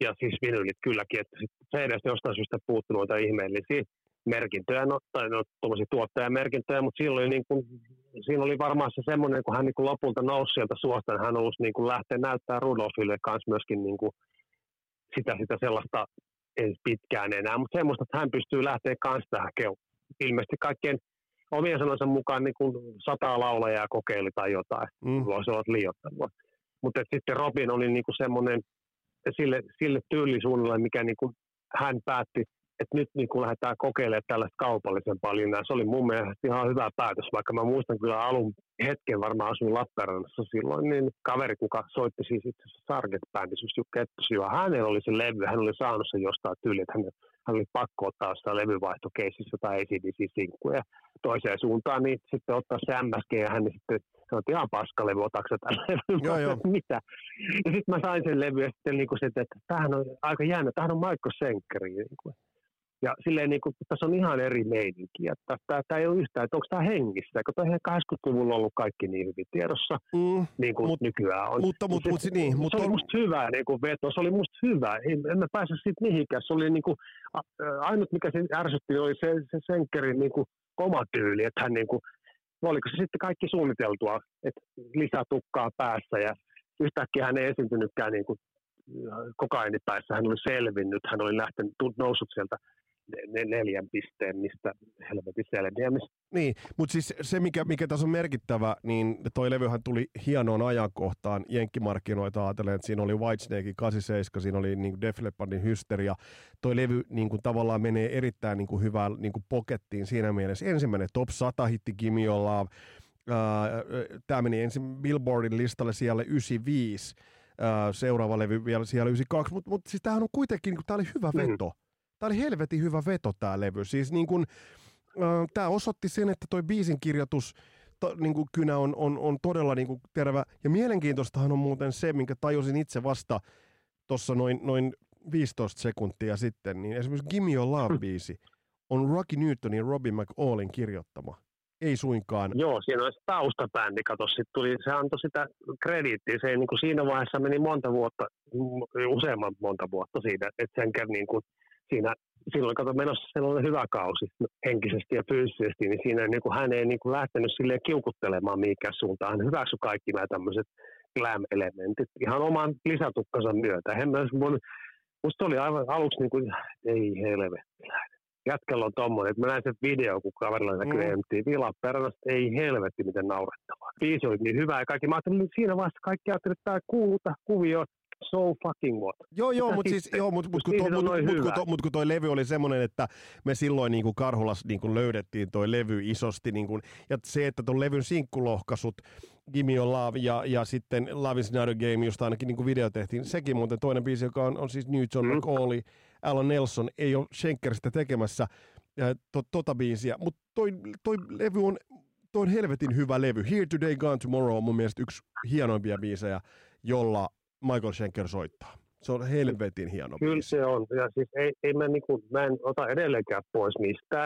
ja siis vinylit kylläkin, että C D:stä jostain syystä puuttuu noita ihmeellisiä merkintöjä, no, tai no, tuollaisia tuottajamerkintöjä, mutta siinä oli, niin kuin, siinä oli varmaan se semmoinen, kun hän niin kuin lopulta nousi sieltä suosta, niin hän halusi niin kuin lähteä näyttää Rudolfille kanssa myöskin niin kuin sitä, sitä sellaista, ei pitkään enää, mutta semmoista, että hän pystyy lähteä kanssa tähän keulaan. Ilmeisesti kaikkien omien sanonsa mukaan niin kuin sataa laulajaa kokeili tai jotain, mm. voisi olla liioittelua. Mutta sitten Robin oli niin kuin semmoinen, sille, sille tyylisuunnalle, mikä niin kuin hän päätti, että nyt niin kuin lähdetään kokeilemaan tällaista kaupallisempaa linjaa. Se oli mun mielestä ihan hyvä päätös, vaikka mä muistan kyllä alun hetken varmaan asuin Lappeenrannassa silloin, niin kaveri, kuka soitti siis itse asiassa Sarget-bändissä, Jukka Ettosyö, hänellä oli se levy, hän oli saanut sen jostain tyyliin, että hän, hän oli pakko ottaa jostain levyvaihtokeississä jotain A C D C-sinkkuja toiseen suuntaan, niin sitten ottaa se M S G ja hän sitten sanoi, että ihan paskalevy, otaako sä tämän levyn? Mitä? Ja sitten mä sain sen levy ja sitten niin kuin se, että tämähän on aika jännä, tämähän on Michael Schenker. Niin kuin. Ja silleen niin kuin, tässä on ihan eri meininki, että tämä ei ole yhtään, että onko tämä hengissä, kun tämä kahdeksankymmentäluvulla on ollut kaikki niin hyvin tiedossa, mm, niin kuin mut, nykyään on. Mutta, mutta, se, mutta, niin, se mutta oli on... musta hyvä niin kuin veto, se oli musta hyvä, en, en mä pääse siitä mihinkään, se oli niin kuin, ainut mikä se ärsytti oli se, se Schenkerin niin kuin oma tyyli, että hän niin kuin, oliko se sitten kaikki suunniteltua, että lisää tukkaa päässä ja yhtäkkiä hän ei esiintynytkään niin kuin kokainipäissä, hän oli selvinnyt, hän oli lähtenyt, noussut sieltä neljän pisteen, mistä helvetin selviämistä. Niin, mutta siis se, mikä, mikä tässä on merkittävä, niin toi levyhän tuli hienoon ajankohtaan jenkkimarkkinoita ajatellen, että siinä oli Whitesnakein kahdeksankymmentäseitsemän, siinä oli niin kuin Def Leppardin Hysteria. Toi levy niin kuin tavallaan menee erittäin niin kuin hyvään niin kuin pokettiin siinä mielessä. Ensimmäinen top sata hitti Gimme Your Love. Tämä meni ensin Billboardin listalle siellä yhdeksänkymmentäviisi. Seuraava levy vielä siellä yhdeksänkymmentäkaksi, mutta mut siis tämähän on kuitenkin, niin tämä oli hyvä veto. Mm. Tämä oli helvetin hyvä veto tämä levy. Siis niin kun, äh, tämä osoitti sen, että toi biisin kirjoitus to, niin kun kynä on, on, on todella niin kun tervä. Ja mielenkiintoistahan on muuten se, minkä tajusin itse vasta tuossa noin, noin viisitoista sekuntia sitten, niin esimerkiksi Gimme Your Love-biisi on Rocky Newtonin ja Robbie McAullin kirjoittama. Ei suinkaan. Joo, siinä on se taustabändi, kato, sit tuli, se antoi sitä krediittiä. Se ei, niin kuin siinä vaiheessa meni monta vuotta, useamman monta vuotta siitä, että sen niin kuin siinä, silloin kato menossa sellainen hyvä kausi henkisesti ja fyysisesti, niin siinä niin kuin, hän ei niin kuin, lähtenyt silleen kiukuttelemaan mihinkään suuntaan. Hän hyväksyi kaikki nämä tämmöiset glam-elementit ihan oman lisätukkansa myötä. Hän myös, mun, musta oli aivan aluksi niin kuin, ei helvettiläinen. Jätkällä on tommoinen, että mä näin sen video, kun kaverilla näkyy mm. M T V Lappeenrannasta, ei helvetti miten naurettavaa. Biisi oli niin hyvä ja kaikki. Mä ajattelin, että siinä vaiheessa kaikki ajattelivat, että tämä kuuluta kuvio. So fucking what. Joo, joo, mutta siis, joo, mut, mut, kun, to, mut, mut, mut, kun, mut kun toi levy oli semmoinen, että me silloin niin kuin Karhulas niin kuin löydettiin toi levy isosti, niin kuin, ja se, että ton levyn sinkkulohkaisut, Gimme Your Love ja, ja sitten Love is Not a Game, josta ainakin niin kuin video tehtiin, sekin muuten toinen biisi, joka on, on siis Newton mm. McCauley, Alan Nelson, ei ole Schenkeristä tekemässä ja to, tota biisiä, mutta toi, toi levy on, toi on helvetin hyvä levy. Here Today, Gone Tomorrow on mun mielestä yksi hienoimpia biisejä, jolla Michael Schenker soittaa. Se on helvetin hieno Kyllä biisi. se on. Ja siis ei, ei mä, niinku, mä en ota edelleenkään pois mistään,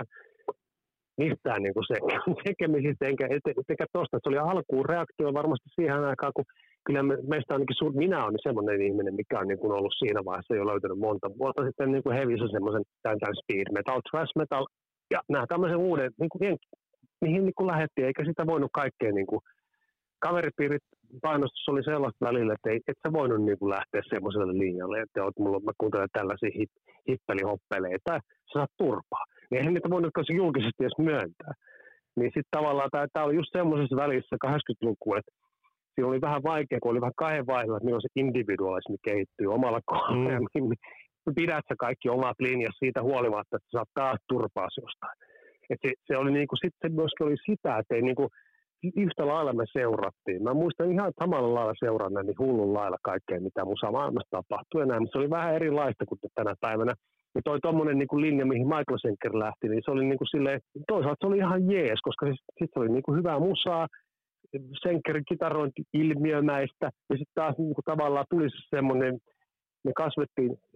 mistään niinku se, tekemisistä, enkä, enkä tosta. Se oli alkuun reaktio varmasti siihen aikaan, kun kyllä me, meistä ainakin suur, minä olen semmoinen ihminen, mikä on niinku ollut siinä vaiheessa jo löytänyt monta vuotta sitten niinku heavyssä semmoisen tämän speed metal, thrash metal ja nämä tämmöisen uuden, niinku, mihin niinku lähdettiin, eikä sitä voinut kaikkea niinku, kaveripiirit painostus oli sellaista välillä, että ei, et sä voinut niinku lähteä semmoiselle linjalle, että oot, mulla, mä kuuntelen tällaisia hip, hippelihoppeleita, tai sä saat turpaa. Niin eihän niitä voinut julkisesti edes myöntää. Niin sitten tavallaan tämä oli just semmoisessa välissä kahdeksankymmentäluku, että siinä oli vähän vaikea, kun oli vähän kahden vaiheella, että milloin se individualismi kehittyy omalla kohdalla, mm. niin pidät sä kaikki omat linjat siitä huolimatta, että sä saat taas turpaa jostain. Et se, se oli niinku, sitten se myöskin oli sitä, että ei niinku, yhtä lailla me seurattiin. Mä muistan ihan samalla lailla seurannut niin hullun lailla kaikkea, mitä musa maailmassa tapahtui enää, mutta se oli vähän erilaista kuin tänä päivänä. Ja toi tommonen niin kuin linja, mihin Michael Schenker lähti, niin se oli niin kuin silleen, toisaalta se oli ihan jees, koska sitten se oli niin kuin hyvää musaa, Schenkerin kitarointi ilmiömäistä, ja sitten taas niin kuin tavallaan tuli semmoinen, me kasvettiin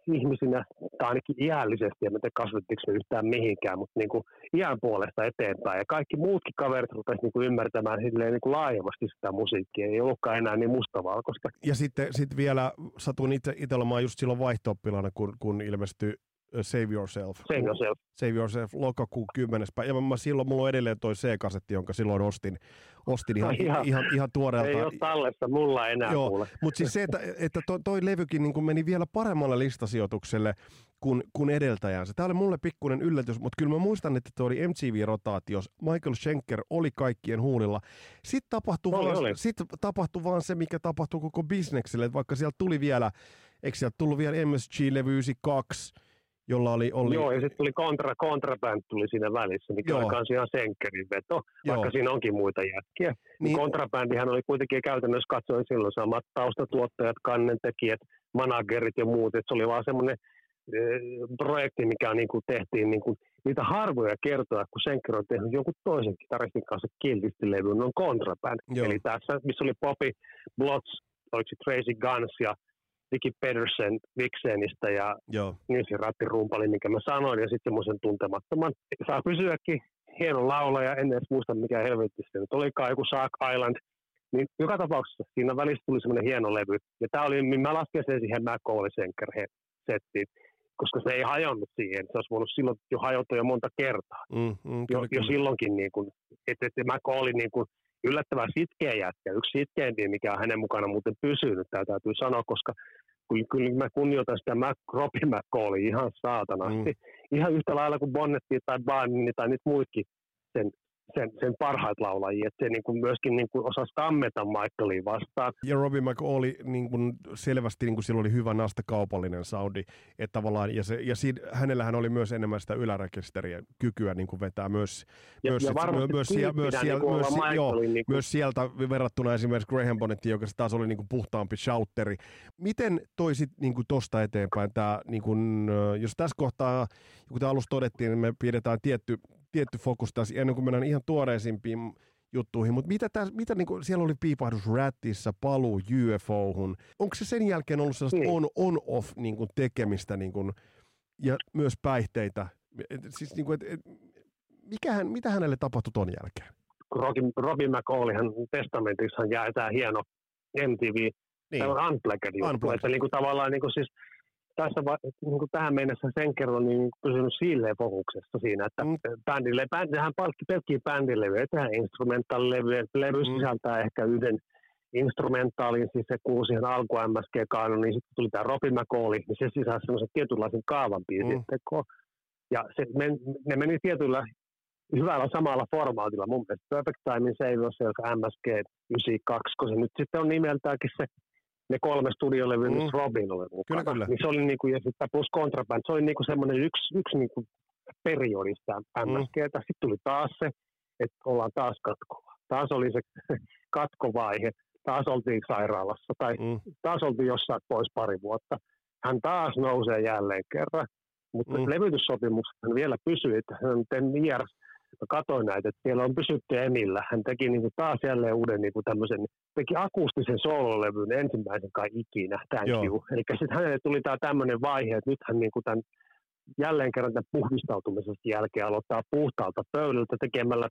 ihmisinä, tai ainakin iällisesti, ja mä en kasvattiko me yhtään mihinkään, mutta niin kuin iän puolesta eteenpäin. Ja kaikki muutkin kaverit rupesivat niin kuin ymmärtämään silleen niin kuin laajasti sitä musiikkia, ei ollutkaan enää niin mustavalkoista. Ja sitten sit vielä satuin itse, itse olemaan just silloin vaihto-oppilana, kun, kun ilmestyi Save Yourself. Save Yourself. Save Yourself, lokakuun kymmenes päivä. Ja mä silloin, mulla on edelleen toi C-kasetti, jonka silloin ostin, ostin ihan, ihan, ihan, ihan tuoreelta. Ei ole tallessa mulla enää kuule. Mutta siis se, että, että toi, toi levykin niin meni vielä paremmalle listasijoitukselle kuin, kuin edeltäjänsä. Tämä oli mulle pikkuinen yllätys, mutta kyllä mä muistan, että tuo oli M T V-rotaatios. Michael Schenker oli kaikkien huulilla. Sitten tapahtui, oli, vaan, oli. Sitten tapahtui vaan se, mikä tapahtui koko bisnekselle. Että vaikka sieltä tuli vielä, eikö sieltä tullut vielä M S G-levy yhdeksänkymmentäkaksi, jolla oli, oli... Joo, ja sitten tuli kontra, kontraband tuli siinä välissä, mikä Joo. oli kans ihan Schenkerin veto, Joo. vaikka siinä onkin muita jätkiä. Niin... Kontrabandihan oli kuitenkin käytännössä katsoen silloin samat taustatuottajat, kannentekijät, managerit ja muut, että se oli vaan semmoinen e, projekti, mikä niin kuin tehtiin niin kuin, niitä harvoja kertoja, kun Schenker on tehnyt jonkun toisen kitaristin kanssa kiltisti levyn, on kontraband. Joo. Eli tässä, missä oli Bobby Blotz, oliko se Tracy Guns ja Vicky Pedersen Vixenistä ja Nilsi Rattirumpali, minkä mä sanoin, ja sitten semmoisen tuntemattoman. Saa pysyäkin hieno laulaja, en edes muista mikä helvetistä nyt olikaan, joku Shark Island. Niin joka tapauksessa siinä välissä tuli semmoinen hieno levy. Ja tää oli, mä lasken sen siihen McCauley Schenker-settiin, koska se ei hajonnut siihen. Se olisi voinut silloin jo hajota jo monta kertaa. Mm, mm, jo, jo silloinkin, niin kuin, että et McCauley niin kuin yllättävän sitkeä jätkä. Yksi sitkeämpiä, mikä on hänen mukana muuten pysynyt, tämä täytyy sanoa, koska kyllä mä kunnioitan sitä Mac, Robbie McCauley ihan saatanasti. Mm. Ihan yhtä lailla kuin Bonnetti tai Barney tai nyt muutkin sen, sen, sen parhaat laulajia. Että se niin kuin myöskin niin kuin osasi kammeta Michaelia vastaan. Ja Robbie McCauley niin kuin selvästi niin kuin sillä oli hyvä nasta kaupallinen soundi. Että tavallaan, ja se, ja siinä, hänellähän oli myös enemmän sitä ylärekisterien kykyä niin kuin vetää myös, ja, myös, ja sit, myös, siellä, myös, niin siellä, myös, joo, niin kuin... myös sieltä verrattuna esimerkiksi Graham Bonnettiin, joka taas oli niin kuin puhtaampi shouteri. Miten toisit niin kuin tosta eteenpäin tämä, niin kuin, jos tässä kohtaa, kun tämä alussa todettiin, niin me pidetään tietty, tietty fokus tässä ennen kuin mennään ihan tuoreisimpiin juttuihin, mutta mitä, tää, mitä niin kuin, siellä oli piipahdus Ratissa, paluu U F O:hun. Onko se sen jälkeen ollut sellaista niin. on-off niin kuin tekemistä niin kuin, ja myös päihteitä? Et, siis, niin kuin, et, et, mikähän, mitä hänelle tapahtui ton jälkeen? Robbie, Robbie McCauleyhan testamentissa jää tämä hieno M T V, niin. tämä on Unplugged juttu, että niin kuin, tavallaan niin kuin, siis tässä va, niin kuin tähän mennessä Schenker on niin pysynyt silleen fokuksessa siinä, että mm. bändille, bändihän palkki pelkkiä bändilevyjä, tehdään instrumentaalilevyjä, levy mm. sisältää ehkä yhden instrumentaalin, siis se kuului siihen alku M S G-kaanon, niin sitten tuli tämä Robbie McCauley, niin se sisälsi semmoisen tietynlaisen kaavan biisin mm. ja se, men, ne meni tietyllä hyvällä samalla formaatilla, mun mielestä Perfect Time in Save Yourself M S G yhdeksänkymmentäkaksi, kun se nyt sitten on nimeltäänkin se ne kolme studiolevyä, missä mm. Robin oli mukana. Kyllä, kyllä. Niin se oli niinku, ja sitten plus Contraband, se oli niinku semmoinen yksi, yksi niinku periodista M S G:tä. Mm. Sitten tuli taas se, että ollaan taas katkolla. Taas oli se katkovaihe. Taas oltiin sairaalassa tai mm. taas oltiin jossain pois pari vuotta. Hän taas nousee jälleen kerran. Mutta mm. levytyssopimukset vielä pysyi, että hän on ten years. Mä katsoin näitä, että siellä on pysytty Emillä. Hän teki niinku taas jälleen uuden niinku tämmöisen, teki akustisen soololevyn ensimmäisen kai ikinä, thank Joo. you. Eli sitten hänelle tuli tämä tämmöinen vaihe, että nyt hän niinku tämän jälleen kerran tämän puhdistautumisesta jälkeen aloittaa puhtaalta pöydältä tekemällä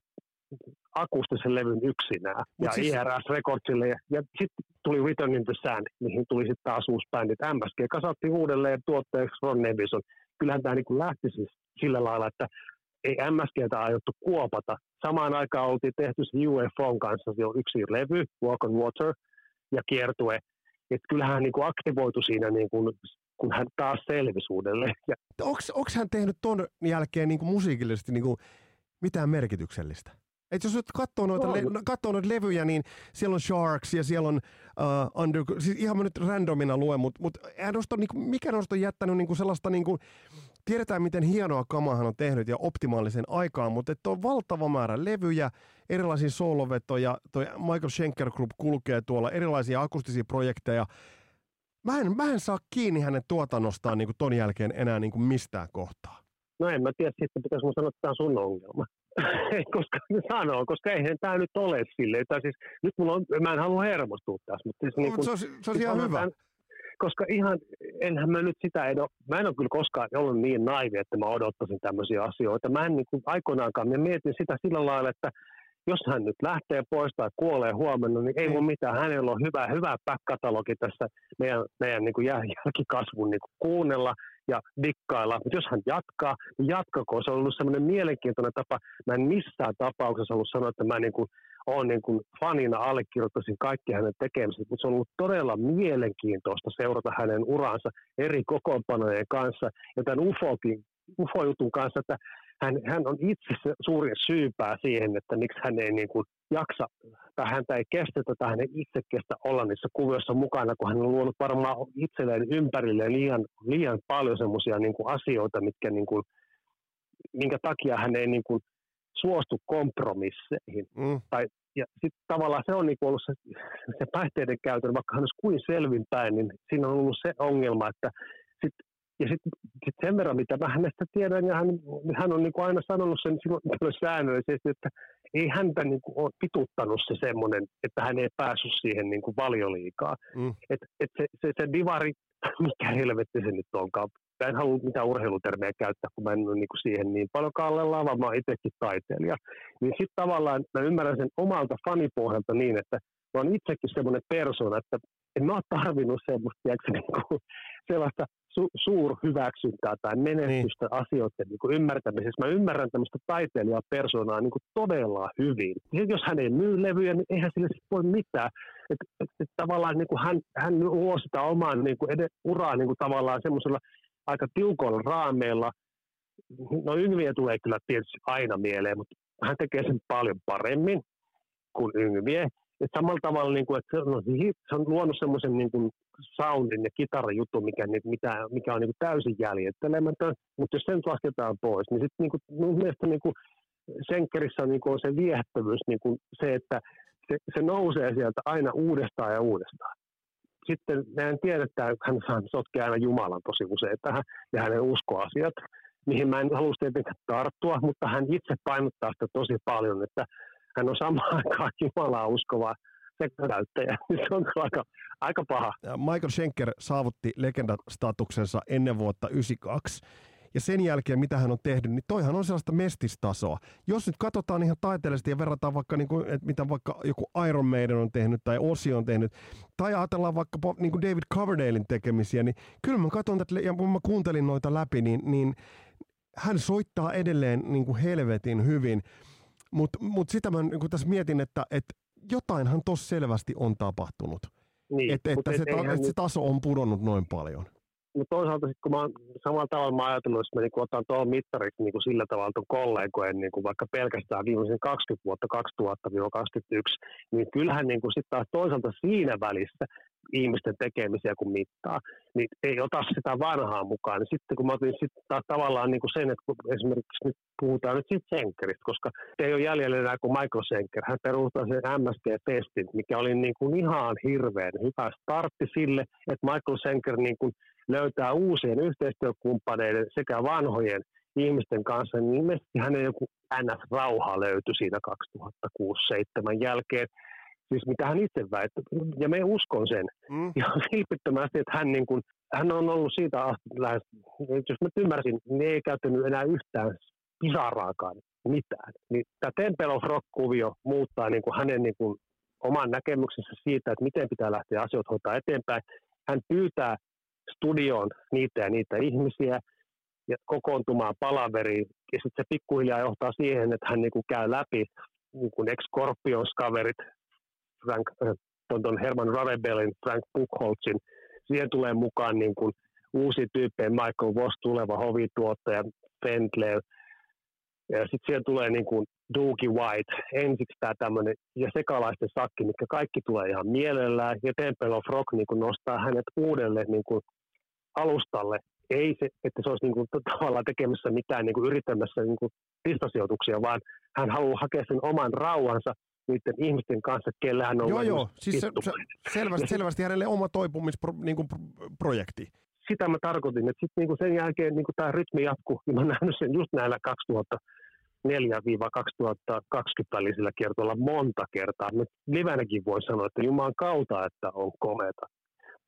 akustisen levyn yksinään. Mut ja siis... I R S Recordsille. Ja, ja sitten tuli Return in the Sand, mihin tuli sitten taas uusi bändi. M S G kasattiin uudelleen tuotteeksi Ron Nevison. Kyllähän tämä niinku lähti siis sillä lailla, että ei M S G:tä aiottu kuopata. Samaan aikaan oltiin tehty se U F O:n kanssa jo yksi levy, Walk on Water, ja kiertue. Että kyllähän hän niin kuin aktivoitu siinä, niin kuin, kun hän taas selvisi uudelleen. Onko hän tehnyt ton jälkeen niin kuin musiikillisesti niin kuin mitään merkityksellistä? Et jos katsoo noita, le- katsoo noita levyjä, niin siellä on Sharks ja siellä on uh, Under... Siis ihan mä nyt randomina luen, mutta mut, niinku, mikä noista on jättänyt niinku sellaista... Niinku, tiedetään, miten hienoa kamaa hän on tehnyt ja optimaalisen aikaan, mutta että on valtava määrä levyjä, erilaisia solovetoja, toi Michael Schenker Group kulkee tuolla, erilaisia akustisia projekteja. Mä en, mä en saa kiinni hänen tuotannostaan niin kuin ton jälkeen enää niin kuin mistään kohtaa. No en mä tiedä, sitten pitäisi mun sanoa, että tämä on sun ongelma. koska sanoo, koska eihän tämä nyt ole silleen. Tai siis, nyt mulla on, mä en halua hermostua tässä, mutta siis no, niin kun, se olisi, se olisi ihan hyvä. Tämän, koska ihan, enhän mä nyt sitä, en ole, mä en ole kyllä koskaan ollut niin naivi, että mä odottaisin tämmöisiä asioita. Mä en niin kuin aikoinaankaan, mä mietin sitä sillä lailla, että jos hän nyt lähtee pois tai kuolee huomenna, niin ei mun mitään. Hänellä on hyvä, hyvä back-katalogi tässä meidän, meidän niin kuin jälkikasvun niin kuin kuunnella ja dikkailla. Mutta jos hän jatkaa, niin jatkakoon. Se on ollut semmoinen mielenkiintoinen tapa. Mä en missään tapauksessa ollut sanoa, että mä niin kuin olen niin kuin fanina allekirjoittaisin kaikki hänen tekemiset, mutta se on ollut todella mielenkiintoista seurata hänen uransa eri kokoonpanojen kanssa ja tämän U F O-kin, U F O-jutun kanssa, että hän, hän on itse se suurin syypää siihen, että miksi hän ei niin kuin jaksa tai häntä ei kestetä tai hän ei itse kestä olla niissä kuvioissa mukana, kun hän on luonut varmaan itselleen ympärilleen liian, liian paljon semmoisia niin kuin asioita, mitkä niin kuin, minkä takia hän ei niin kuin suostu kompromisseihin. Mm. Tai, ja sitten tavallaan se on niinku ollut se, se päihteiden käytön, vaikka hän olisi kuin selvinpäin, niin siinä on ollut se ongelma, että sit, ja sitten sit sen verran, mitä mä hänestä tiedän, ja hän, hän on niinku aina sanonut sen silloin säännöllisesti, että ei häntä niinku ole pituttanut se semmoinen, että hän ei päässyt siihen niinku valioliikaa. Mm. Että et se, se, se divari, mikä helvetti se nyt onkaan, mä en halua mitään urheilutermejä käyttää, kun mä en ole niin kuin siihen niin paljon kallellaan, vaan mä oon itsekin taiteilija. Niin sitten tavallaan mä ymmärrän sen omalta fanipohjalta niin, että mä oon itsekin semmoinen persona, että en mä oon tarvinnut semmoista tiedätkö, niin kuin sellaista su- suurhyväksyntää tai menestystä niin asioiden niin kuin ymmärtämisessä. Mä ymmärrän tämmöistä taiteilijapersonaa niin kuin todella hyvin. Ja jos hän ei myy levyjä, niin eihän sille sit voi mitään. Et, et, et tavallaan niin kuin hän, hän luo sitä omaa niin kuin ed- uraa niin kuin tavallaan semmoisella aika tiukoilla raameilla. No Yngviä tulee kyllä tietysti aina mieleen, mutta hän tekee sen paljon paremmin kuin Yngviä. Et samalla tavalla, niin kuin, että se on, se on luonut semmoisen niin kuin soundin ja kitarajutun, mikä, mikä, mikä on niin kuin täysin jäljittelemätön. Mutta jos sen lasketaan pois, niin sitten niin kuin, mun mielestä niin kuin Schenkerissä on, niin kuin, on se viehättävyys, niin kuin se, että se, se nousee sieltä aina uudestaan ja uudestaan. Sitten meidän tiedetään, että hän sotkee aina Jumalan tosi usein tähän ja hänen uskoasiat, mihin mä en halua tietenkään tarttua, mutta hän itse painottaa sitä tosi paljon, että hän on samaan aikaan Jumalaa uskova sekoitäyttäjä. Se on aika, aika paha. Michael Schenker saavutti legendastatuksensa ennen vuotta yhdeksänkymmentäkaksi. Ja sen jälkeen, mitä hän on tehnyt, niin toihan on sellaista mestistasoa. Jos nyt katsotaan ihan taiteellisesti ja verrataan vaikka, niin kuin, että mitä vaikka joku Iron Maiden on tehnyt tai Ozzy on tehnyt, tai ajatellaan vaikka niin kuin David Coverdalen tekemisiä, niin kyllä mä katson tätä, ja kun mä kuuntelin noita läpi, niin, niin hän soittaa edelleen niin kuin helvetin hyvin. Mutta mut sitä mä niin kuin tässä mietin, että, että jotainhan tossa selvästi on tapahtunut. Niin, Et, että se, ta- että se taso on pudonnut noin paljon. Mutta toisaalta sitten kun mä oon samalla tavalla mä ajatellut, että mä niinku otan tuohon mittariksi niinku sillä tavalla tuon kollegojen niinku vaikka pelkästään viimeisen kaksikymmentä vuotta kaksituhatta kaksikymmentäyksi, niin kyllähän niinku sitten taas toisaalta siinä välissä ihmisten tekemisiä kun mittaa, niin ei ota sitä vanhaa mukaan. Niin sitten kun mä otin sitten taas tavallaan niinku sen, että kun esimerkiksi nyt puhutaan nyt siitä Schenkeristä, koska ei ole jäljellä enää kuin Michael Schenker. Hän perustaa sen M S G-testin, mikä oli niinku ihan hirveän hyvä startti sille, että Michael Schenker niinku löytää uusien yhteistyökumppaneiden sekä vanhojen ihmisten kanssa, niin ilmeisesti hänen joku N S-rauha löytyi siinä kaksituhattakuusi seitsemän jälkeen. Siis mitä hän itse väitti, ja me uskon sen. Mm. Ja vilpittömästi, että hän, niin kuin, hän on ollut siitä asti lähes, jos mä ymmärsin, niin ei käyttänyt enää yhtään pisaraakaan mitään. Niin tämä Temple of Rock-kuvio muuttaa niin kuin hänen niin kuin, oman näkemyksensä siitä, että miten pitää lähteä asioita hoitaa eteenpäin. Hän pyytää studioon niitä ja niitä ihmisiä ja kokoontumaan palaveriin. Ja sitten se pikkuhiljaa johtaa siihen, että hän niinku käy läpi niinku ex-Scorpions-kaverit, Frank, ton Herman Rarebellin, Frank Buchholzin. Siihen tulee mukaan niinku uusia tyyppejä, Michael Voss, tuleva hovituottaja, Fendler. Ja sitten siellä tulee niinku Doogie White, ensiksi tämä tämmöinen, ja sekalaisten sakki, mitkä kaikki tulee ihan mielellään. Ja Temple of Rock niinku nostaa hänet uudelleen niinku alustalle. Ei se, että se olisi niinku tavallaan tekemässä mitään niinku yrittämässä niinku pistosijoituksia, vaan hän haluaa hakea sen oman rauhansa niiden ihmisten kanssa, kellä hän on. Joo, joo. Siis se, se, selvästi, selvästi hänelle oma toipumisprojekti. Niinku, sitä mä tarkoitin, että sitten niinku sen jälkeen niinku tämä rytmi jatkuu, ja mä oon nähnyt sen just näillä kaksituhattaneljä kaksituhattakaksikymmentä välisillä kiertoilla monta kertaa. Mä livenäkin voi sanoa, että Jumalan kautta, että on komeata.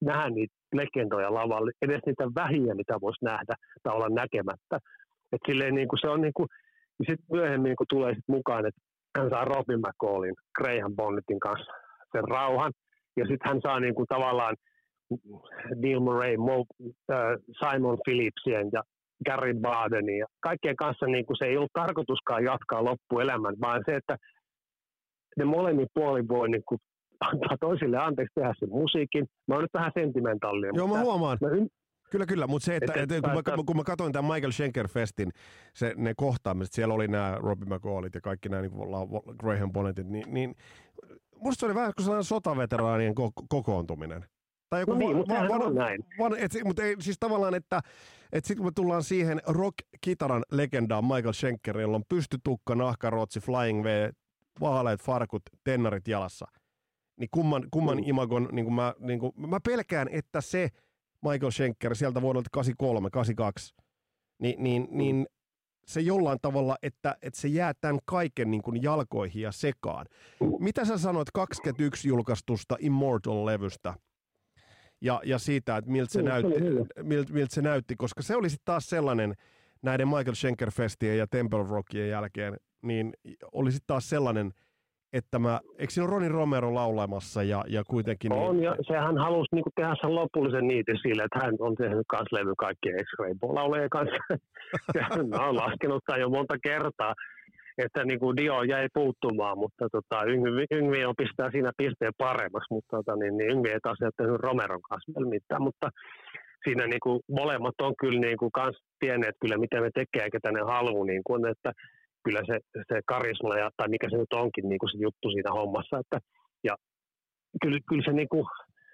nähdä niitä legendoja lavalla, edes niitä vähiä, mitä voisi nähdä tai olla näkemättä. Että silleen niin kuin se on niin kuin, ja sitten myöhemmin niin kuin tulee sit mukaan, että hän saa Robin McCallin, Graham Bonnetin kanssa sen rauhan, ja sitten hän saa niin kuin tavallaan Neil Murray, Mo, äh, Simon Phillipsien ja Gary Bardenin ja kaikkien kanssa niin kuin se ei ollut tarkoituskaan jatkaa loppuelämän, vaan se, että ne molemmin puolin voi niin kuin antaa toisille anteeksi tehdä sen musiikin. Mä oon nyt vähän sentimentaalinen. Joo, mä huomaan. Mä y- Kyllä, kyllä, mutta se, että, että, että kun, että, mä, kun mä katsoin tämän Michael Schenker-festin, se, ne kohtaamiset, siellä oli nämä Robbie McCallit ja kaikki nämä niin Graham Bonnetit, niin, niin musta se oli vähän kuin sellainen sotaveteraanien ko- kokoontuminen. Tai joku no niin, va- mutta va- va- on näin. Va- et, mutta ei, siis tavallaan, että et sitten kun me tullaan siihen rock-kitaran legendaan Michael Schenker, jolla on pystytukka, nahkarootsi, Flying V, vaaleat farkut, tennarit jalassa, niin kumman, kumman mm. imagon, niin kuin mä, niin kuin, mä pelkään, että se Michael Schenker sieltä vuodelta kahdeksankymmentäkolme kahdeksankymmentäkaksi, niin, niin, mm. niin se jollain tavalla, että, että se jää tämän kaiken niin kuin jalkoihin ja sekaan. Mitä sä sanoit kaksikymmentäyksi julkaistusta Immortal-levystä ja, ja siitä, että miltä se, mm, näytti, miltä, miltä se näytti, koska se oli sitten taas sellainen näiden Michael Schenker-festien ja Temple Rockien jälkeen, niin oli sitten taas sellainen, että mä, eikö siinä ole Ronnie Romero laulamassa ja, ja kuitenkin... On, niin, ja sehän halusi niin kuin tehdä sen lopullisen niitin sille, että hän on tehnyt kanssa levy kaikkien X-Ray-laulajien kanssa. Mä oon laskenut tämän jo monta kertaa, että niin kuin Dio jäi puuttumaan, mutta tota, Yngvi, Yngvi on pistää siinä pisteen paremmaksi, mutta tota, niin, niin Yngvi ei taas tehnyt Romeron kanssa vielä mitään, mutta siinä niin kuin molemmat on kyllä niin kuin kans tienneet kyllä, mitä me tekee, eikä tänne haluu, niin kuin, että kyllä se, se karisma ja, tai mikä se nyt onkin niin kuin se juttu siinä hommassa. Että, ja kyllä, kyllä se niin kuin,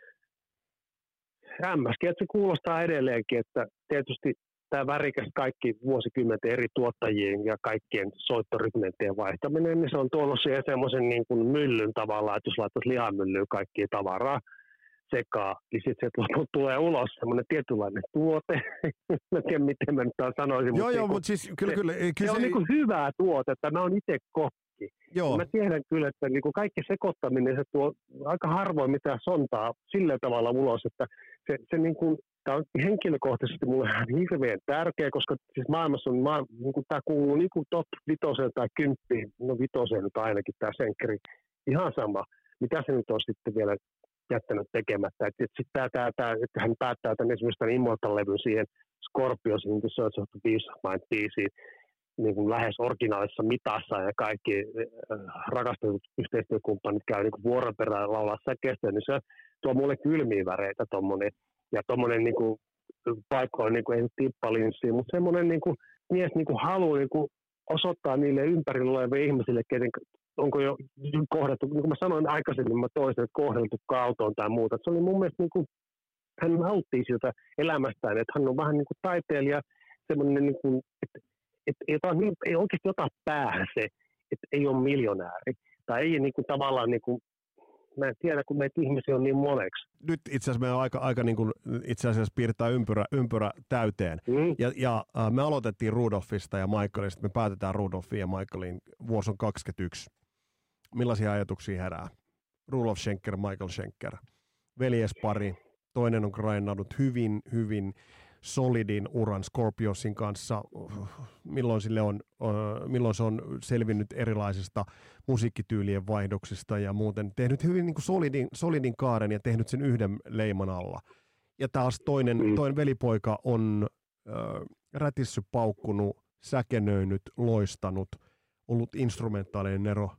M S G, että se kuulostaa edelleenkin, että tietysti tämä värikäs kaikki vuosikymmenten eri tuottajien ja kaikkien soittorytmenttien vaihtaminen, niin se on tuonut siihen semmoisen niin kuin myllyn tavallaan, että jos laittaisi lihamyllyyn kaikkia tavaraa sekaan, niin sitten sieltä lopulta tulee ulos semmoinen tietynlainen tuote. Mä tiedän, miten mä nyt tämän sanoisin. Joo, mutta joo, niin mutta siis kyllä, se, kyllä. kyllä se, se on niin kuin hyvää tuotetta. Mä oon itse kokki. Joo. Mä tiedän kyllä, että niin kuin kaikki sekoittaminen, se tuo aika harvoin mitään sontaa sillä tavalla ulos, että se, se niin kuin, tämä on henkilökohtaisesti mulle ihan hirveän tärkeä, koska siis maailmassa on, maa, niin kuin tämä kuuluu niin kuin top vitoseen tai kymppiin, no vitoseen nyt ainakin tämä Schenkeri, ihan sama, mitä se nyt on sitten vielä jättänyt tekemättä. Että et sit tää, tää, tää, että hän päättää tämän esimerkiksi tämän Immortal-levyn siihen Scorpiosin, niin kuin Search of the Peace of Mind -biisiin, niin kuin lähes originaalissa mitassa ja kaikki äh, rakastetut yhteistyökumppanit käy niin kuin vuoron perään laulaa säkeistä, niin se tuo mulle kylmiä väreitä tommonen. Ja tommonen niin kuin paikoin niin kuin ei tippalinssiä, mutta semmoinen niin kuin mies niin kuin haluaa niin kuin osoittaa niille ympärillä oleville ihmisille, kenen onko jo kohdattu, niin kuin mä sanoin aikaisemmin, mä toisin, että kohdeltu kautoon tai muuta. Se oli mun mielestä, niin kuin, hän nauttii siltä elämästään, että hän on vähän niin kuin taiteilija, semmoinen, niin kuin, että, että jota, ei oikeasti ota päähän se, että ei ole miljonääri. Tai ei niin kuin, tavallaan, niin kuin, mä en tiedä, kun meitä ihmisiä on niin moneksi. Nyt itse asiassa meidän on aika, aika niin kuin, itse asiassa piirtää ympyrä, ympyrä täyteen. Mm. Ja, ja äh, me aloitettiin Rudolfista ja Michaelista, me päätetään Rudolfin ja Michaelin, vuosi on kaksikymmentäyksi. Millaisia ajatuksia herää? Rudolf Schenker, Michael Schenker. Veljespari. Toinen on grindannut hyvin, hyvin solidin uran Scorpionsin kanssa. Milloin, sille on, milloin se on selvinnyt erilaisista musiikkityylien vaihdoksista ja muuten. Tehnyt hyvin niin kuin solidin, solidin kaaren ja tehnyt sen yhden leiman alla. Ja taas toinen, toinen velipoika on äh, rätissy, paukkunut, säkenöinyt, loistanut, ollut instrumentaalinen nero.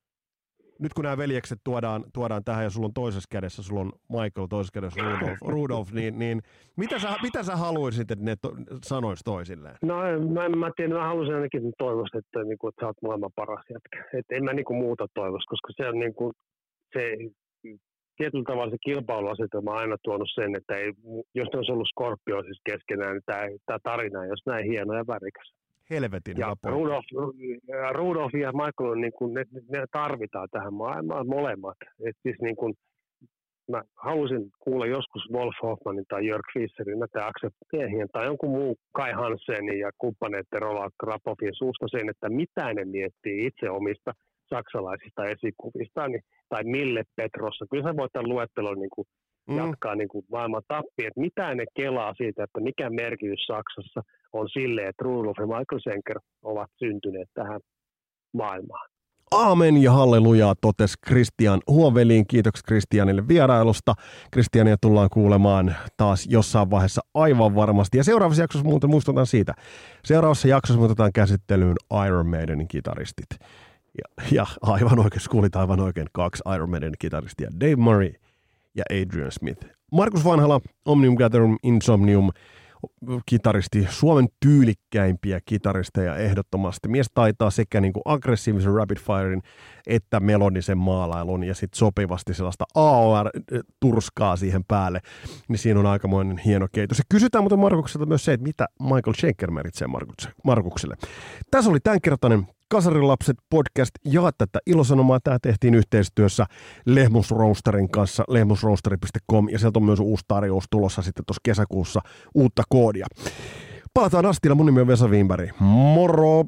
Nyt kun nämä veljekset tuodaan, tuodaan tähän ja sulla on toisessa kädessä, sulla on Michael, toisessa kädessä Rudolf, Rudolf niin, niin mitä, sä, mitä sä haluaisit, että ne to, sanois toisilleen? No en, en mä tiedä, mä haluaisin ainakin toivosta, että, niin kuin, että sä oot maailman paras jätkä. Että en mä niin kuin, muuta toivosta, koska se on niin kuin, se, tietyllä tavalla se kilpailuasetelma on aina tuonut sen, että ei, jos ne olisi ollut Scorpio siis keskenään, niin tämä, tämä tarina ei olisi näin hieno ja värikäs. Helvetin ja Rudolf, Rudolf ja Michael, niin kuin, ne, ne tarvitaan tähän maailmaan molemmat. Et siis, niin kuin, mä halusin kuulla joskus Wolf Hoffmanin tai Jörg Fischerin tai Axel Miehien tai jonkun muun Kai Hansenin ja kumppaneiden Roland Krapoffin suusta sen, että mitä ne miettii itse omista saksalaisista esikuvista niin, tai Mille Petrossa. Kyllä sä voit tämän luettelon niin kuin mm. jatkaa niin kuin maailman tappiin, että mitään ne kelaa siitä, että mikä merkitys Saksassa on sille, että Rudolf ja Michael Schenker ovat syntyneet tähän maailmaan. Aamen ja hallelujaa, totesi Christian Huovelin. Kiitokset Christianille vierailusta. Christiania tullaan kuulemaan taas jossain vaiheessa aivan varmasti. Ja seuraavassa jaksossa muuten muistutan siitä. Seuraavassa jaksossa muutetaan käsittelyyn Iron Maidenin kitaristit. Ja, ja aivan oikein, kuulit aivan oikein, kaksi Iron Maidenin kitaristia. Dave Murray ja Adrian Smith. Markus Vanhala, Omnium Gatherum Insomnium, kitaristi, Suomen tyylikkäimpiä kitaristeja ehdottomasti. Mies taitaa sekä niin kuin aggressiivisen rapid firein että melodisen maalailun ja sitten sopivasti sellaista A O R-turskaa siihen päälle. Niin siinä on aikamoinen hieno keitos. Ja kysytään muuten Markukselta myös se, että mitä Michael Schenker meritsee Markukselle. Tässä oli tämänkertainen Kasarilapset podcast. Jaa tätä ilosanomaa. Tämä tehtiin yhteistyössä Lehmus Roasterin kanssa, lehmusroasteri piste com, ja sieltä on myös uusi tarjous tulossa sitten tuossa kesäkuussa uutta koodia. Palataan astilla. Mun nimi on Vesa Wienberg. Moro!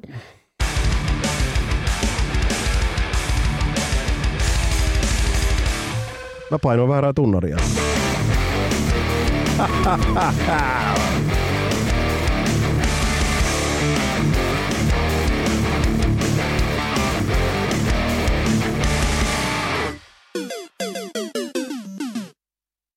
Mä painoin väärää tunnaria.